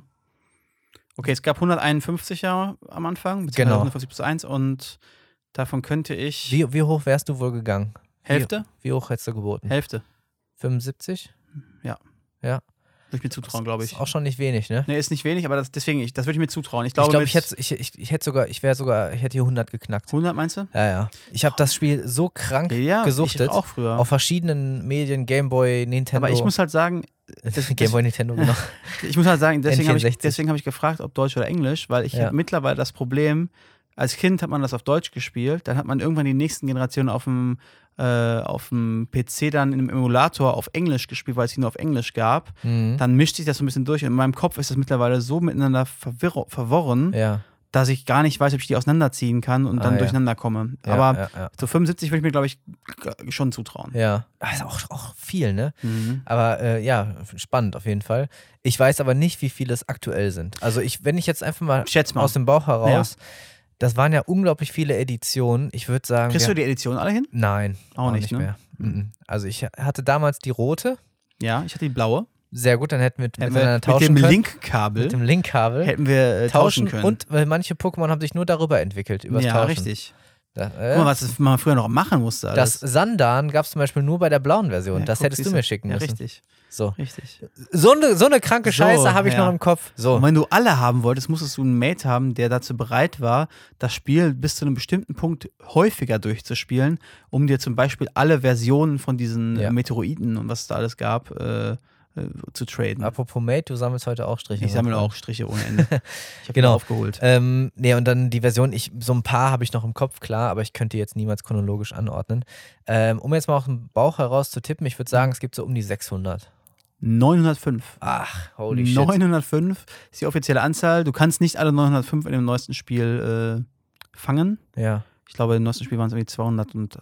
Okay, es gab hunderteinundfünfzig ja am Anfang, beziehungsweise Genau. hundertfünfzig plus eins und davon könnte ich Wie, wie hoch wärst du wohl gegangen? Hälfte? Wie, wie hoch hättest du geboten? Hälfte. fünfundsiebzig? Ja. Ja. Würde ich mir zutrauen, glaube ich. Ist auch schon nicht wenig, ne? Nee, ist nicht wenig, aber das, deswegen, ich, das würde ich mir zutrauen. Ich Ich glaube, glaube, mit ich hätte ich, ich, ich hätte sogar, ich wäre sogar, ich hätte hier hundert geknackt. hundert meinst du? Ja, ja. Ich habe das Spiel so krank Ja, gesuchtet. ich auch früher. Auf verschiedenen Medien, Gameboy, Nintendo. Aber ich muss halt sagen, das, Gameboy, Nintendo, genau. ich muss halt sagen, deswegen habe ich, N vierundsechzig. deswegen hab ich gefragt, ob Deutsch oder Englisch, weil ich Ja. habe mittlerweile das Problem, als Kind hat man das auf Deutsch gespielt, dann hat man irgendwann die nächsten Generationen auf dem, äh, auf dem P C dann in einem Emulator auf Englisch gespielt, weil es ihn nur auf Englisch gab. Mhm. Dann mischt sich das so ein bisschen durch und in meinem Kopf ist das mittlerweile so miteinander verwirr verworren, Ja. dass ich gar nicht weiß, ob ich die auseinanderziehen kann und Ah, dann ja. durcheinander komme. Ja, Aber ja, ja. so fünfundsiebzig würde ich mir, glaube ich, g- schon zutrauen. Ja. Ah, ist auch, auch viel, ne? Mhm. Aber äh, ja, spannend auf jeden Fall. Ich weiß aber nicht, wie viele es aktuell sind. Also ich, wenn ich jetzt einfach mal Schätz mal. aus dem Bauch heraus, das waren ja unglaublich viele Editionen. Ich würde sagen, Kriegst wir, du die Edition alle hin? nein, Auch nicht, ne? mehr. Mhm. Also ich hatte damals die rote. Ja, ich hatte die blaue. Sehr gut, dann hätten wir Hätten miteinander wir mit tauschen dem können. Linkkabel Mit dem Linkkabel. hätten wir äh, tauschen, tauschen können. und weil manche Pokémon haben sich nur darüber entwickelt, übers ja, Tauschen. richtig. Da, Guck äh, mal, was man früher noch machen musste. das Alles. Sandan gab es zum Beispiel nur bei der blauen Version. Ja, das guck, hättest du siehst mir schicken Ja, müssen. richtig. So, Richtig. so eine so eine kranke So, Scheiße habe ich ja. noch im Kopf. So. Und wenn du alle haben wolltest, musstest du einen Mate haben, der dazu bereit war, das Spiel bis zu einem bestimmten Punkt häufiger durchzuspielen, um dir zum Beispiel alle Versionen von diesen Ja. Meteoriten und was es da alles gab, äh, äh, zu traden. Apropos Mate, du sammelst heute auch Striche. Ich sammle ne? auch Striche ohne Ende. Ich habe Genau. aufgeholt. Ähm, nee, und dann die Version, ich, so ein paar habe ich noch im Kopf, klar, aber ich könnte jetzt niemals chronologisch anordnen. Ähm, um jetzt mal aus dem Bauch heraus zu tippen, ich würde sagen, es gibt so um die sechshundert. neunhundertfünf. Ach, holy shit. neunhundertfünf ist die offizielle Anzahl. Du kannst nicht alle neunhundertfünf in dem neuesten Spiel äh, fangen. Ja. Ich glaube, im neuesten Spiel waren es irgendwie zweihundertdreißig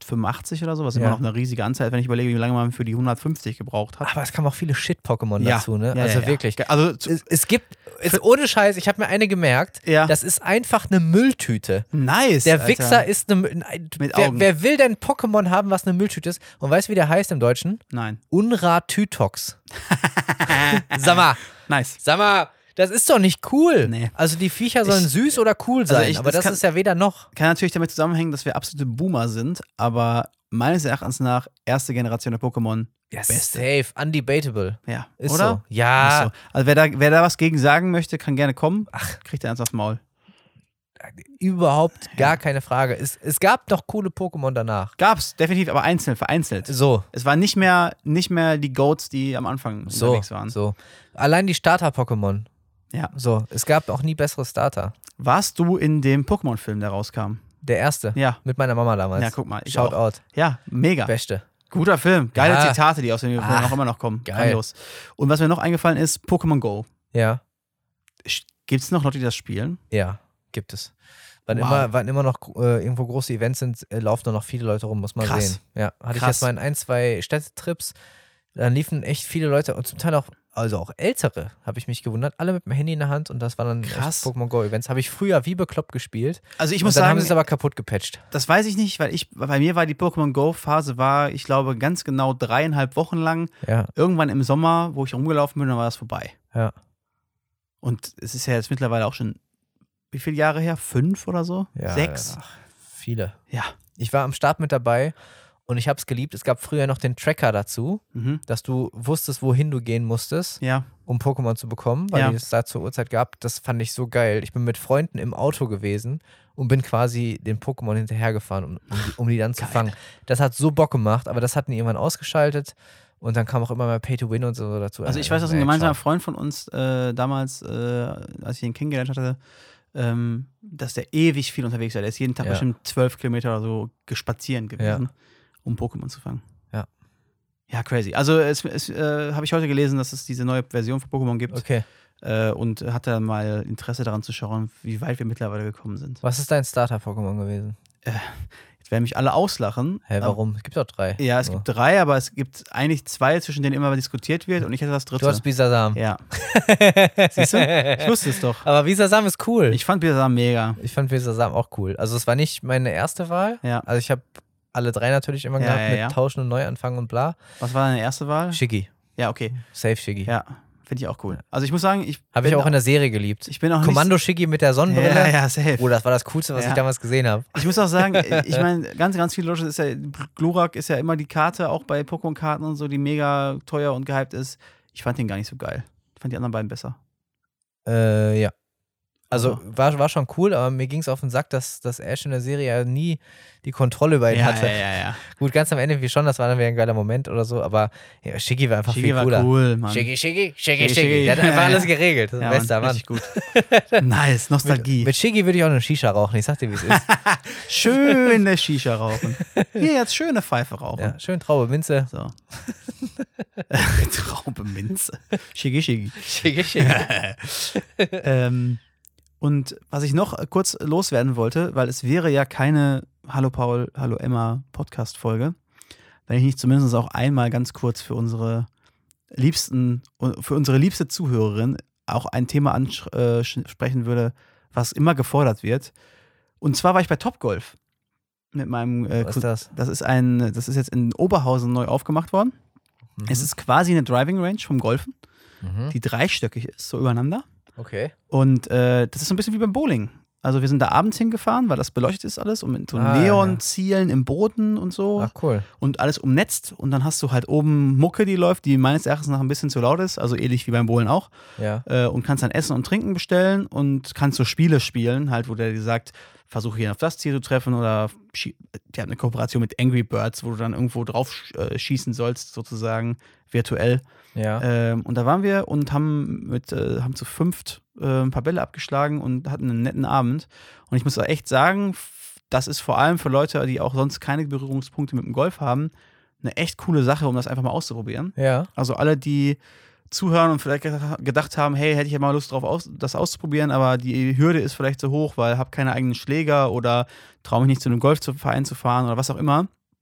fünfundachtzig oder so, was Ja. immer noch eine riesige Anzahl ist, wenn ich überlege, wie lange man für die hundertfünfzig gebraucht hat. Aber es kamen auch viele Shit-Pokémon Ja. dazu, ne? Ja, also ja, ja. wirklich. Also zu, Es, es gibt, es, ohne Scheiß, ich habe mir eine gemerkt, Ja. das ist einfach eine Mülltüte. nice. Der Alter. Wichser ist eine. Ein, Mit wer, Augen. wer will denn Pokémon haben, was eine Mülltüte ist? Und weißt du, wie der heißt im Deutschen? Nein. Unratütox. Sag mal, Nice. sag mal, das ist doch nicht cool. Nee. Also die Viecher sollen Ich- süß oder cool sein, ich- aber das das, kann- ist ja weder noch. Kann natürlich damit zusammenhängen, dass wir absolute Boomer sind, aber meines Erachtens nach erste Generation der Pokémon. Ja, Beste. safe, undebatable. Ja. Ist Oder? so. Ja, Ist so. Also wer da, wer da was gegen sagen möchte, kann gerne kommen. Ach. Kriegt er eins aufs Maul. überhaupt gar keine Frage. Es, es gab noch coole Pokémon danach. Gab's, definitiv, aber einzeln, vereinzelt. So, Es waren nicht mehr, nicht mehr die Goats, die am Anfang so, unterwegs waren. so. Allein die Starter-Pokémon. Ja. So, es gab auch nie bessere Starter. Warst du in dem Pokémon-Film, der rauskam? Der erste. Ja. Mit meiner Mama damals. Ja, guck mal. Ich auch. Shoutout. Ja, mega. Beste. Guter Film. Geile Ja. Zitate, die aus dem Film Ah, auch immer noch kommen. geil. Grandios. Und was mir noch eingefallen ist, Pokémon Go. Ja, Gibt es noch Leute, die das spielen? ja, gibt es. Wann, Wow. immer, wann immer noch äh, irgendwo große Events sind, äh, laufen da noch viele Leute rum, muss man Krass. sehen. Ja, hatte ich Krass. jetzt mal in ein, zwei Städtetrips, dann liefen echt viele Leute und zum Teil auch, also auch Ältere, habe ich mich gewundert, alle mit dem Handy in der Hand und das waren dann Krass. echt Pokémon Go Events. Habe ich früher wie bekloppt gespielt. Also ich und muss dann sagen, haben sie es aber kaputt gepatcht. das weiß ich nicht, weil ich, bei mir war die Pokémon Go-Phase, war, ich glaube, ganz genau dreieinhalb Wochen lang. Ja, Irgendwann im Sommer, wo ich rumgelaufen bin, dann war das vorbei. ja, Und es ist ja jetzt mittlerweile auch schon, wie viele Jahre her? Fünf oder so? ja. Sechs? Ach, viele. Ja. Ich war am Start mit dabei und ich habe es geliebt. Es gab früher noch den Tracker dazu, Mhm. dass du wusstest, wohin du gehen musstest. Ja. um Pokémon zu bekommen, weil Ja. es da zur Uhrzeit gab. Das fand ich so geil. Ich bin mit Freunden im Auto gewesen und bin quasi den Pokémon hinterhergefahren, um, um, die, um die dann zu Geil. fangen. Das hat so Bock gemacht, aber das hatten die irgendwann ausgeschaltet und dann kam auch immer mehr Pay-to-Win und so dazu. Also ich Äh, weiß, dass ein nee, gemeinsamer ciao. Freund von uns äh, damals, äh, als ich ihn kennengelernt hatte, ähm, dass der ewig viel unterwegs war. Der ist jeden Tag Ja. bestimmt zwölf Kilometer oder so spazieren gewesen, um Pokémon zu fangen. Ja. Ja, crazy. Also es, es äh, habe ich heute gelesen, dass es diese neue Version von Pokémon gibt Okay. äh, und hatte mal Interesse daran zu schauen, wie weit wir mittlerweile gekommen sind. Was ist dein Starter-Pokémon gewesen? Jetzt werden mich alle auslachen. Hä, warum? Es gibt doch drei. Ja, es So. gibt drei, aber es gibt eigentlich zwei, zwischen denen immer diskutiert wird und ich hätte das dritte. Du hast Bisasam. Ja. Siehst du? Ich wusste es doch. Aber Bisasam ist cool. Ich, Ich fand Bisasam mega. ich fand Bisasam auch cool. Also es war nicht meine erste Wahl. Ja. Also ich habe alle drei natürlich immer Ja, gehabt ja, mit ja. Tauschen und Neuanfang und bla. Was war deine erste Wahl? Shiggy. Ja, okay. Safe Shiggy. Ja, finde ich auch cool. Also ich muss sagen, ich Habe ich bin auch in der Serie geliebt. ich bin auch Kommando Shiggy mit der nicht, Sonnenbrille. ja, ja, safe. Oh, das war das Coolste, was Ja. ich damals gesehen habe. Ich muss auch sagen, ich meine, ganz, ganz viele Leute ist ja, Glurak ist ja immer die Karte, auch bei Pokémon-Karten und so, die mega teuer und gehypt ist. Ich fand den gar nicht so geil. Ich fand die anderen beiden besser. Äh, ja. Also Also. war, war schon cool, aber mir ging es auf den Sack, dass, dass Ash in der Serie ja nie die Kontrolle über ihn Ja, hatte. ja, ja, ja. Gut, ganz am Ende wie schon, das war dann wieder ein geiler Moment oder so, aber ja, Shiggy war einfach Shiggy viel war cooler. cool, Mann. Shiggy, Shiggy, Shiggy, Shiggy, Shiggy. Shiggy. Der hat einfach Ja, alles ja. geregelt. Das ist Ja, ein bester Mann, Mann. richtig gut. Nice, Nostalgie. Mit Shiggy würde ich auch eine Shisha rauchen, ich sag dir, wie es ist. Schöne Shisha rauchen. Hier jetzt schöne Pfeife rauchen. Ja, schön Traube, Minze. So. Traube Minze. Shiggy, Shiggy. Shiggy, Shiggy. ähm, und was ich noch kurz loswerden wollte, weil es wäre ja keine Hallo Paul, Hallo Emma Podcast-Folge, wenn ich nicht zumindest auch einmal ganz kurz für unsere liebsten, für unsere liebste Zuhörerin auch ein Thema ansprechen würde, was immer gefordert wird. Und zwar war ich bei Topgolf mit meinem äh, Was ist das? Das ist ein, das ist jetzt in Oberhausen neu aufgemacht worden. Mhm. Es ist quasi eine Driving Range vom Golfen, Mhm. die dreistöckig ist, so übereinander. Okay. Und äh, das ist so ein bisschen wie beim Bowling. Also wir sind da abends hingefahren, weil das beleuchtet ist alles und mit so Ah, Neonzielen im Boden und so Ach, cool. und alles umnetzt. Und dann hast du halt oben Mucke, die läuft, die meines Erachtens nach ein bisschen zu laut ist, also ähnlich wie beim Bowlen auch. Ja. Äh, und kannst dann Essen und Trinken bestellen und kannst so Spiele spielen, halt, wo der dir sagt, versuche hier auf das Ziel zu treffen oder schie- die haben eine Kooperation mit Angry Birds, wo du dann irgendwo drauf sch- äh, schießen sollst, sozusagen virtuell. Ja. Ähm, und da waren wir und haben mit äh, haben zu fünft äh, ein paar Bälle abgeschlagen und hatten einen netten Abend. Und ich muss auch echt sagen, f- das ist vor allem für Leute, die auch sonst keine Berührungspunkte mit dem Golf haben, eine echt coole Sache, um das einfach mal auszuprobieren. Ja. Also alle, die zuhören und vielleicht gedacht haben, hey, hätte ich ja mal Lust drauf, aus, das auszuprobieren, aber die Hürde ist vielleicht zu hoch, weil ich habe keine eigenen Schläger oder traue mich nicht zu einem Golfverein zu fahren oder was auch immer.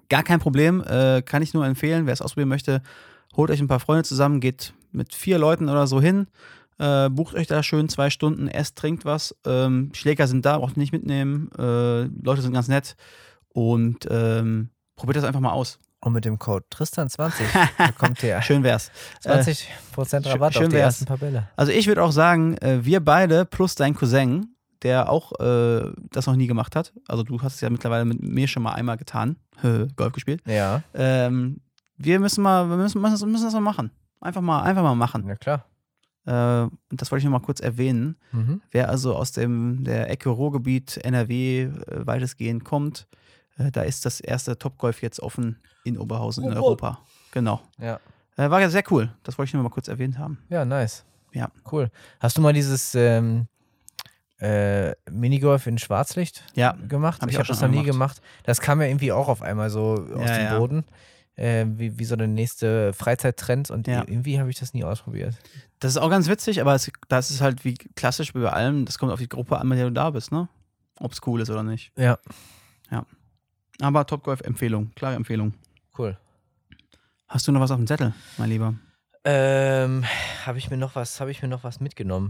Gar kein Problem, äh, kann ich nur empfehlen. Wer es ausprobieren möchte, holt euch ein paar Freunde zusammen, geht mit vier Leuten oder so hin, äh, bucht euch da schön zwei Stunden, esst, trinkt was. Ähm, Schläger sind da, braucht ihr nicht mitnehmen. Äh, Leute sind ganz nett und ähm, probiert das einfach mal aus. Und mit dem Code Tristan zwanzig bekommt ihr Schön wär's. zwanzig Prozent Rabatt schön auf die wär's. ersten paar Bälle. Also ich würde auch sagen, äh, wir beide plus dein Cousin, der auch äh, das noch nie gemacht hat. Also du hast es ja mittlerweile mit mir schon mal einmal getan, Golf gespielt. Ja. Ähm, wir müssen mal, wir müssen, müssen, müssen das mal machen. Einfach mal, einfach mal machen. Ja, klar. Äh, das wollte ich noch mal kurz erwähnen. Mhm. Wer also aus dem der Ecke Ruhrgebiet, N R W äh, weitestgehend kommt, äh, da ist das erste Topgolf jetzt offen in Oberhausen in Europa. Genau. Ja. Äh, war ja sehr cool. Das wollte ich nur mal kurz erwähnt haben. Ja, nice. Ja. Cool. Hast du mal dieses ähm, äh, Minigolf in Schwarzlicht Ja, gemacht? hab ich Ich auch habe das schon noch nie gemacht. gemacht. Das kam ja irgendwie auch auf einmal so aus Ja, dem ja. Boden. Äh, wie, wie so der nächste Freizeittrend und Ja. irgendwie habe ich das nie ausprobiert. Das ist auch ganz witzig, aber es, das ist halt wie klassisch wie bei allem, das kommt auf die Gruppe an, mit der du da bist, ne? Ob es cool ist oder nicht. Ja. Aber Topgolf-Empfehlung, klare Empfehlung. Cool. Hast du noch was auf dem Zettel, mein Lieber? Ähm, habe ich mir noch was, habe ich mir noch was mitgenommen?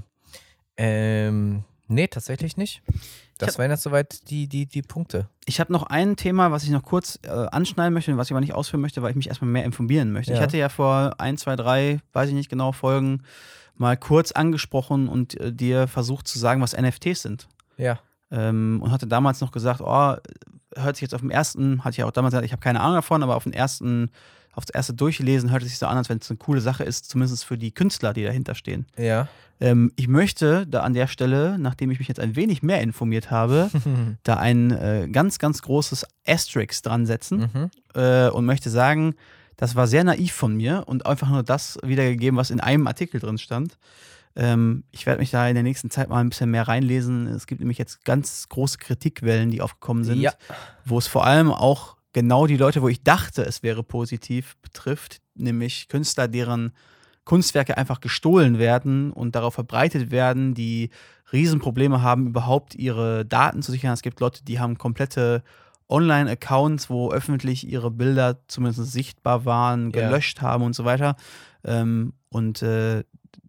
Ähm, nee, tatsächlich nicht. Das hab- waren jetzt soweit die, die, die Punkte. Ich habe noch ein Thema, was ich noch kurz äh, anschneiden möchte, was ich aber nicht ausführen möchte, weil ich mich erstmal mehr informieren möchte. Ja. Ich hatte ja vor ein, zwei, drei, weiß ich nicht genau, Folgen mal kurz angesprochen und äh, dir versucht zu sagen, was N F Ts sind. Ja. Ähm, und hatte damals noch gesagt, oh, hört sich jetzt auf dem ersten, hatte ich ja auch damals gesagt, ich habe keine Ahnung davon, aber auf den ersten, auf das erste Durchlesen hört es sich so an, als wenn es eine coole Sache ist, zumindest für die Künstler, die dahinter stehen. Ja. Ähm, ich möchte da an der Stelle, nachdem ich mich jetzt ein wenig mehr informiert habe, da ein äh, ganz, ganz großes Asterisk dran setzen Mhm. äh, und möchte sagen, das war sehr naiv von mir und einfach nur das wiedergegeben, was in einem Artikel drin stand. Ähm, ich werde mich da in der nächsten Zeit mal ein bisschen mehr reinlesen. Es gibt nämlich jetzt ganz große Kritikwellen, die aufgekommen sind, Ja. wo es vor allem auch genau die Leute, wo ich dachte, es wäre positiv, betrifft, nämlich Künstler, deren Kunstwerke einfach gestohlen werden und darauf verbreitet werden, die Riesenprobleme haben, überhaupt ihre Daten zu sichern. Es gibt Leute, die haben komplette Online-Accounts, wo öffentlich ihre Bilder zumindest sichtbar waren, Ja. gelöscht haben und so weiter. Ähm, und äh,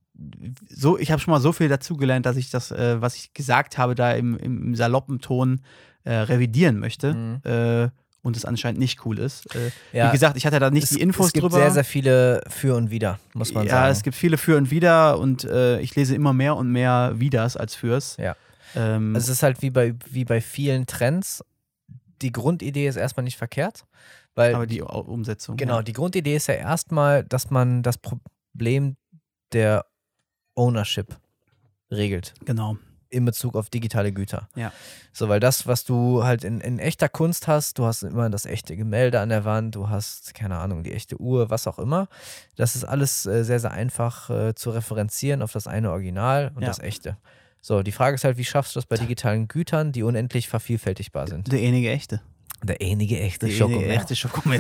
so, ich habe schon mal so viel dazugelernt, dass ich das, äh, was ich gesagt habe, da im, im saloppen Ton äh, revidieren möchte. Mhm. Äh, und es anscheinend nicht cool ist. Äh, Ja. Wie gesagt, ich hatte da nicht es, die Infos es gibt drüber. sehr, sehr viele Für und Wider, muss man ja, sagen. es gibt viele Für und Wider und äh, ich lese immer mehr und mehr Widers als Fürs. Ja. Ähm, Also es ist halt wie bei, wie bei vielen Trends. Die Grundidee ist erstmal nicht verkehrt, weil aber die U- Umsetzung. genau, Ja. die Grundidee ist ja erstmal, dass man das Problem der Ownership regelt Genau. in Bezug auf digitale Güter. Ja. So, weil das, was du halt in, in echter Kunst hast, du hast immer das echte Gemälde an der Wand, du hast, keine Ahnung, die echte Uhr, was auch immer. Das ist alles äh, sehr, sehr einfach äh, zu referenzieren auf das eine Original und Ja. das echte. So, die Frage ist halt, wie schaffst du das bei digitalen Gütern, die unendlich vervielfältigbar sind? Der einige echte. Der einige echte Der Schokomel. einige echte Schokomel.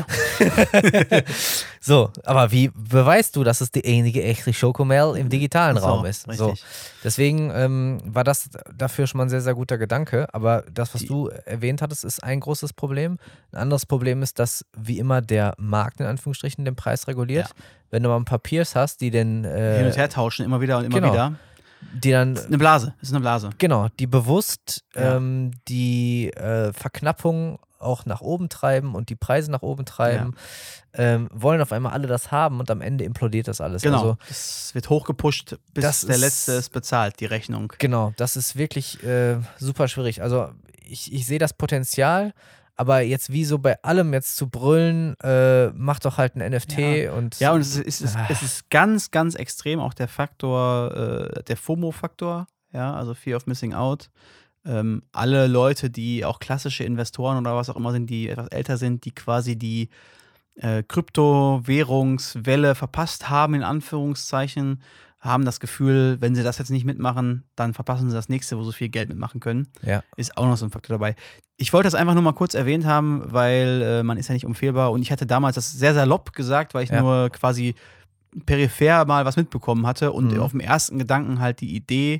So, aber wie beweist du, dass es die einige echte Schokomel im digitalen So, Raum ist? So, richtig. deswegen ähm, war das dafür schon mal ein sehr, sehr guter Gedanke. Aber das, was Die- du erwähnt hattest, ist ein großes Problem. Ein anderes Problem ist, dass wie immer der Markt in Anführungsstrichen den Preis reguliert. Ja. Wenn du mal ein paar Peers hast, die den, Hin äh, und her tauschen, immer wieder und immer genau. wieder. die dann Eine Blase. Das ist eine Blase. Genau, die bewusst Ja. ähm, die äh, Verknappung auch nach oben treiben und die Preise nach oben treiben, ähm, wollen auf einmal alle das haben und am Ende implodiert das alles. Genau. Also, das wird hochgepusht, bis das der ist- Letzte es bezahlt, die Rechnung. genau, das ist wirklich äh, super schwierig. Also ich, ich sehe das Potenzial, aber jetzt wie so bei allem jetzt zu brüllen, äh, mach doch halt ein N F T und Ja, und es ist, es ist, Ah. es ist ganz, ganz extrem auch der Faktor, äh, der FOMO-Faktor, ja, also Fear of Missing Out. Ähm, alle Leute, die auch klassische Investoren oder was auch immer sind, die etwas älter sind, die quasi die äh, Kryptowährungswelle verpasst haben, in Anführungszeichen, haben das Gefühl, wenn sie das jetzt nicht mitmachen, dann verpassen sie das nächste, wo sie viel Geld mitmachen können. ja. Ist auch noch so ein Faktor dabei. Ich wollte das einfach nur mal kurz erwähnt haben, weil äh, man ist ja nicht unfehlbar und ich hatte damals das sehr salopp gesagt, weil ich Ja. nur quasi peripher mal was mitbekommen hatte und Mhm. auf dem ersten Gedanken halt die Idee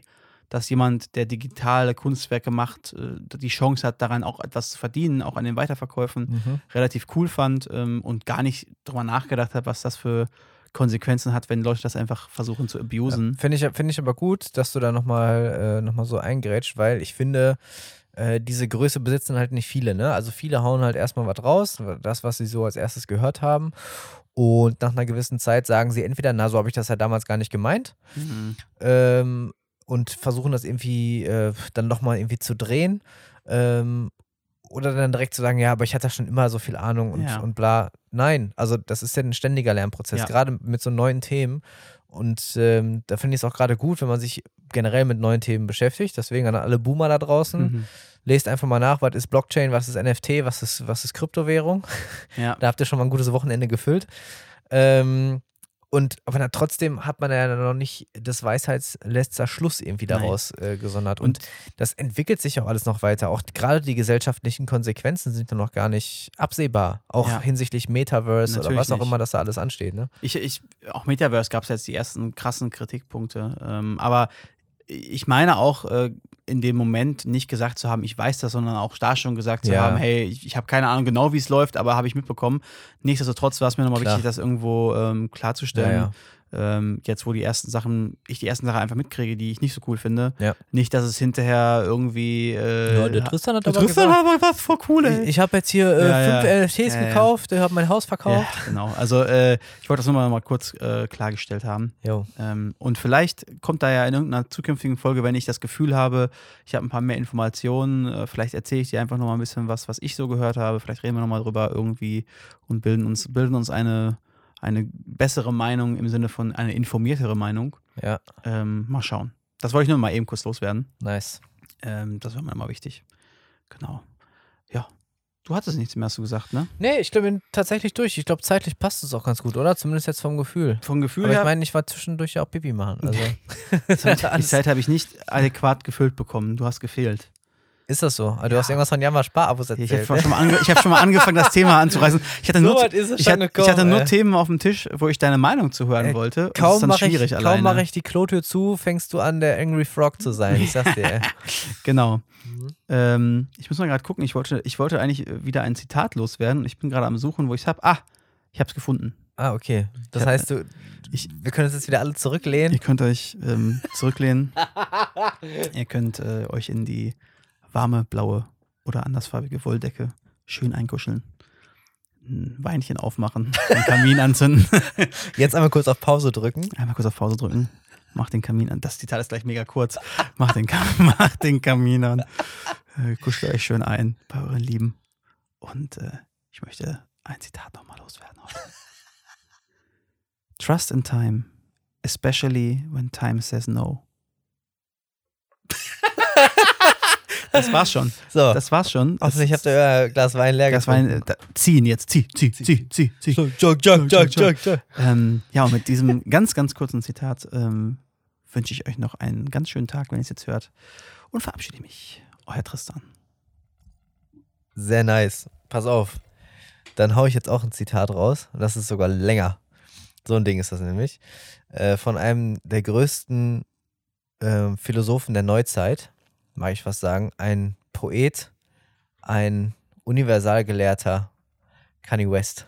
dass jemand, der digitale Kunstwerke macht, äh, die Chance hat, daran auch etwas zu verdienen, auch an den Weiterverkäufen, Mhm. relativ cool fand ähm, und gar nicht drüber nachgedacht hat, was das für Konsequenzen hat, wenn Leute das einfach versuchen zu abusen. Ja, finde ich, find ich aber gut, dass du da nochmal äh, noch mal so eingrätscht, weil ich finde, äh, diese Größe besitzen halt nicht viele, ne? Also viele hauen halt erstmal was raus, das, was sie so als erstes gehört haben. Und nach einer gewissen Zeit sagen sie entweder, na, so habe ich das ja damals gar nicht gemeint, Mhm. ähm, und versuchen das irgendwie äh, dann nochmal irgendwie zu drehen. Ähm, oder dann direkt zu sagen, ja, aber ich hatte schon immer so viel Ahnung und, Ja. und bla. Nein, also das ist ja ein ständiger Lernprozess, Ja. gerade mit so neuen Themen. Und ähm, da finde ich es auch gerade gut, wenn man sich generell mit neuen Themen beschäftigt. Deswegen an alle Boomer da draußen, Mhm. lest einfach mal nach, was ist Blockchain, was ist N F T, was ist, was ist Kryptowährung. Ja. Da habt ihr schon mal ein gutes Wochenende gefüllt. Ähm, und aber dann trotzdem hat man ja noch nicht das Weisheitsletzter Schluss irgendwie daraus äh, gesondert. Und, und das entwickelt sich auch alles noch weiter. Auch gerade die gesellschaftlichen Konsequenzen sind ja noch gar nicht absehbar. Auch Ja. hinsichtlich Metaverse Natürlich oder was auch nicht. immer, das da alles ansteht. Ne? Ich, ich, auch Metaverse gab es jetzt die ersten krassen Kritikpunkte. Ähm, aber ich meine auch, äh, in dem Moment nicht gesagt zu haben, ich weiß das, sondern auch da schon gesagt zu Ja. haben, hey, ich, ich habe keine Ahnung genau, wie es läuft, aber habe ich mitbekommen. Nichtsdestotrotz war es mir nochmal Klar. wichtig, das irgendwo ähm, klarzustellen. Ja, ja. Ähm, jetzt, wo die ersten Sachen, ich die ersten Sachen einfach mitkriege, die ich nicht so cool finde. Ja. Nicht, dass es hinterher irgendwie äh, Ja, der Tristan hat der aber Tristan gesagt, hat aber was voll cool, ey. Ich, ich habe jetzt hier äh, Ja, fünf ja. N F Ts Ja, ja. gekauft, ich habe mein Haus verkauft. Ja, genau. Also äh, ich wollte das nur mal, mal kurz äh, klargestellt haben. Jo. Ähm, und vielleicht kommt da ja in irgendeiner zukünftigen Folge, wenn ich das Gefühl habe, ich habe ein paar mehr Informationen, äh, vielleicht erzähle ich dir einfach nochmal ein bisschen was, was ich so gehört habe. Vielleicht reden wir nochmal drüber irgendwie und bilden uns, bilden uns eine, eine bessere Meinung im Sinne von eine informiertere Meinung. Ja, Ähm, mal schauen. Das wollte ich nur mal eben kurz loswerden. nice. Ähm, das war mir mal wichtig. Genau. Ja. Du hattest nichts mehr, hast du gesagt, ne? Nee, ich glaube, tatsächlich durch. Ich glaube, zeitlich passt es auch ganz gut, oder? Zumindest jetzt vom Gefühl. Vom Gefühl Aber ich her, meine, ich war zwischendurch ja auch Pipi machen. Also. die Zeit habe ich nicht adäquat gefüllt bekommen. Du hast gefehlt. Ist das so? Also, du Ja. hast irgendwas von Jammer Sparabos Ich erzählt. habe schon, mal ange- ich hab schon mal angefangen, das Thema anzureißen. Ich hatte So nur, weit ist es ich schon hatte, ich gekommen, hatte nur ey. Themen auf dem Tisch, wo ich deine Meinung zu hören Ey, wollte. Und das Kaum ist dann mache schwierig ich, alleine. kaum mach ich die Klotür zu, fängst du an, der Angry Frog zu sein. Ich sag's dir, ey. Genau. Mhm. Ähm, ich muss mal gerade gucken. Ich wollte, ich wollte eigentlich wieder ein Zitat loswerden. Ich bin gerade am Suchen, wo ich es habe. Ah, ich habe es gefunden. Ah, okay. Das Ich hab- heißt, du, ich- wir können uns jetzt wieder alle zurücklehnen. Ihr könnt euch ähm, zurücklehnen. Ihr könnt äh, euch in die warme, blaue oder andersfarbige Wolldecke schön einkuscheln. Ein Weinchen aufmachen, den Kamin anzünden. Jetzt einmal kurz auf Pause drücken. Einmal kurz auf Pause drücken. Mach den Kamin an. Das Zitat ist gleich mega kurz. Mach den, Kam mach den Kamin an. Äh, kuschelt euch schön ein bei euren Lieben. Und äh, ich möchte ein Zitat nochmal loswerden heute. Trust in time, especially when time says no. Das war's schon. So, Das war's schon. Das hoffentlich habt ihr euer Glas Wein leer das Wein, getrunken. äh, da, ziehen jetzt. Zieh, zieh, zieh, zieh, zieh. So, jog, jog, jog, jog, jog. Ähm, ja, und mit diesem ganz, ganz kurzen Zitat ähm, wünsche ich euch noch einen ganz schönen Tag, wenn ihr es jetzt hört. Und verabschiede mich. Euer Tristan. Sehr nice. Pass auf. Dann hau ich jetzt auch ein Zitat raus. Und das ist sogar länger. So ein Ding ist das nämlich. Äh, von einem der größten äh, Philosophen der Neuzeit, mag ich fast sagen. Ein Poet, ein Universalgelehrter, Kanye West.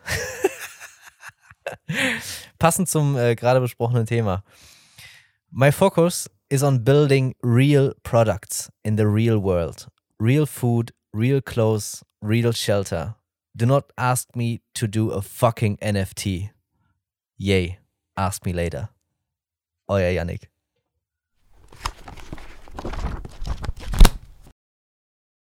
Passend zum äh, gerade besprochenen Thema. My focus is on building real products in the real world. Real food, real clothes, real shelter. Do not ask me to do a fucking N F T. Yay, ask me later. Euer Yannick.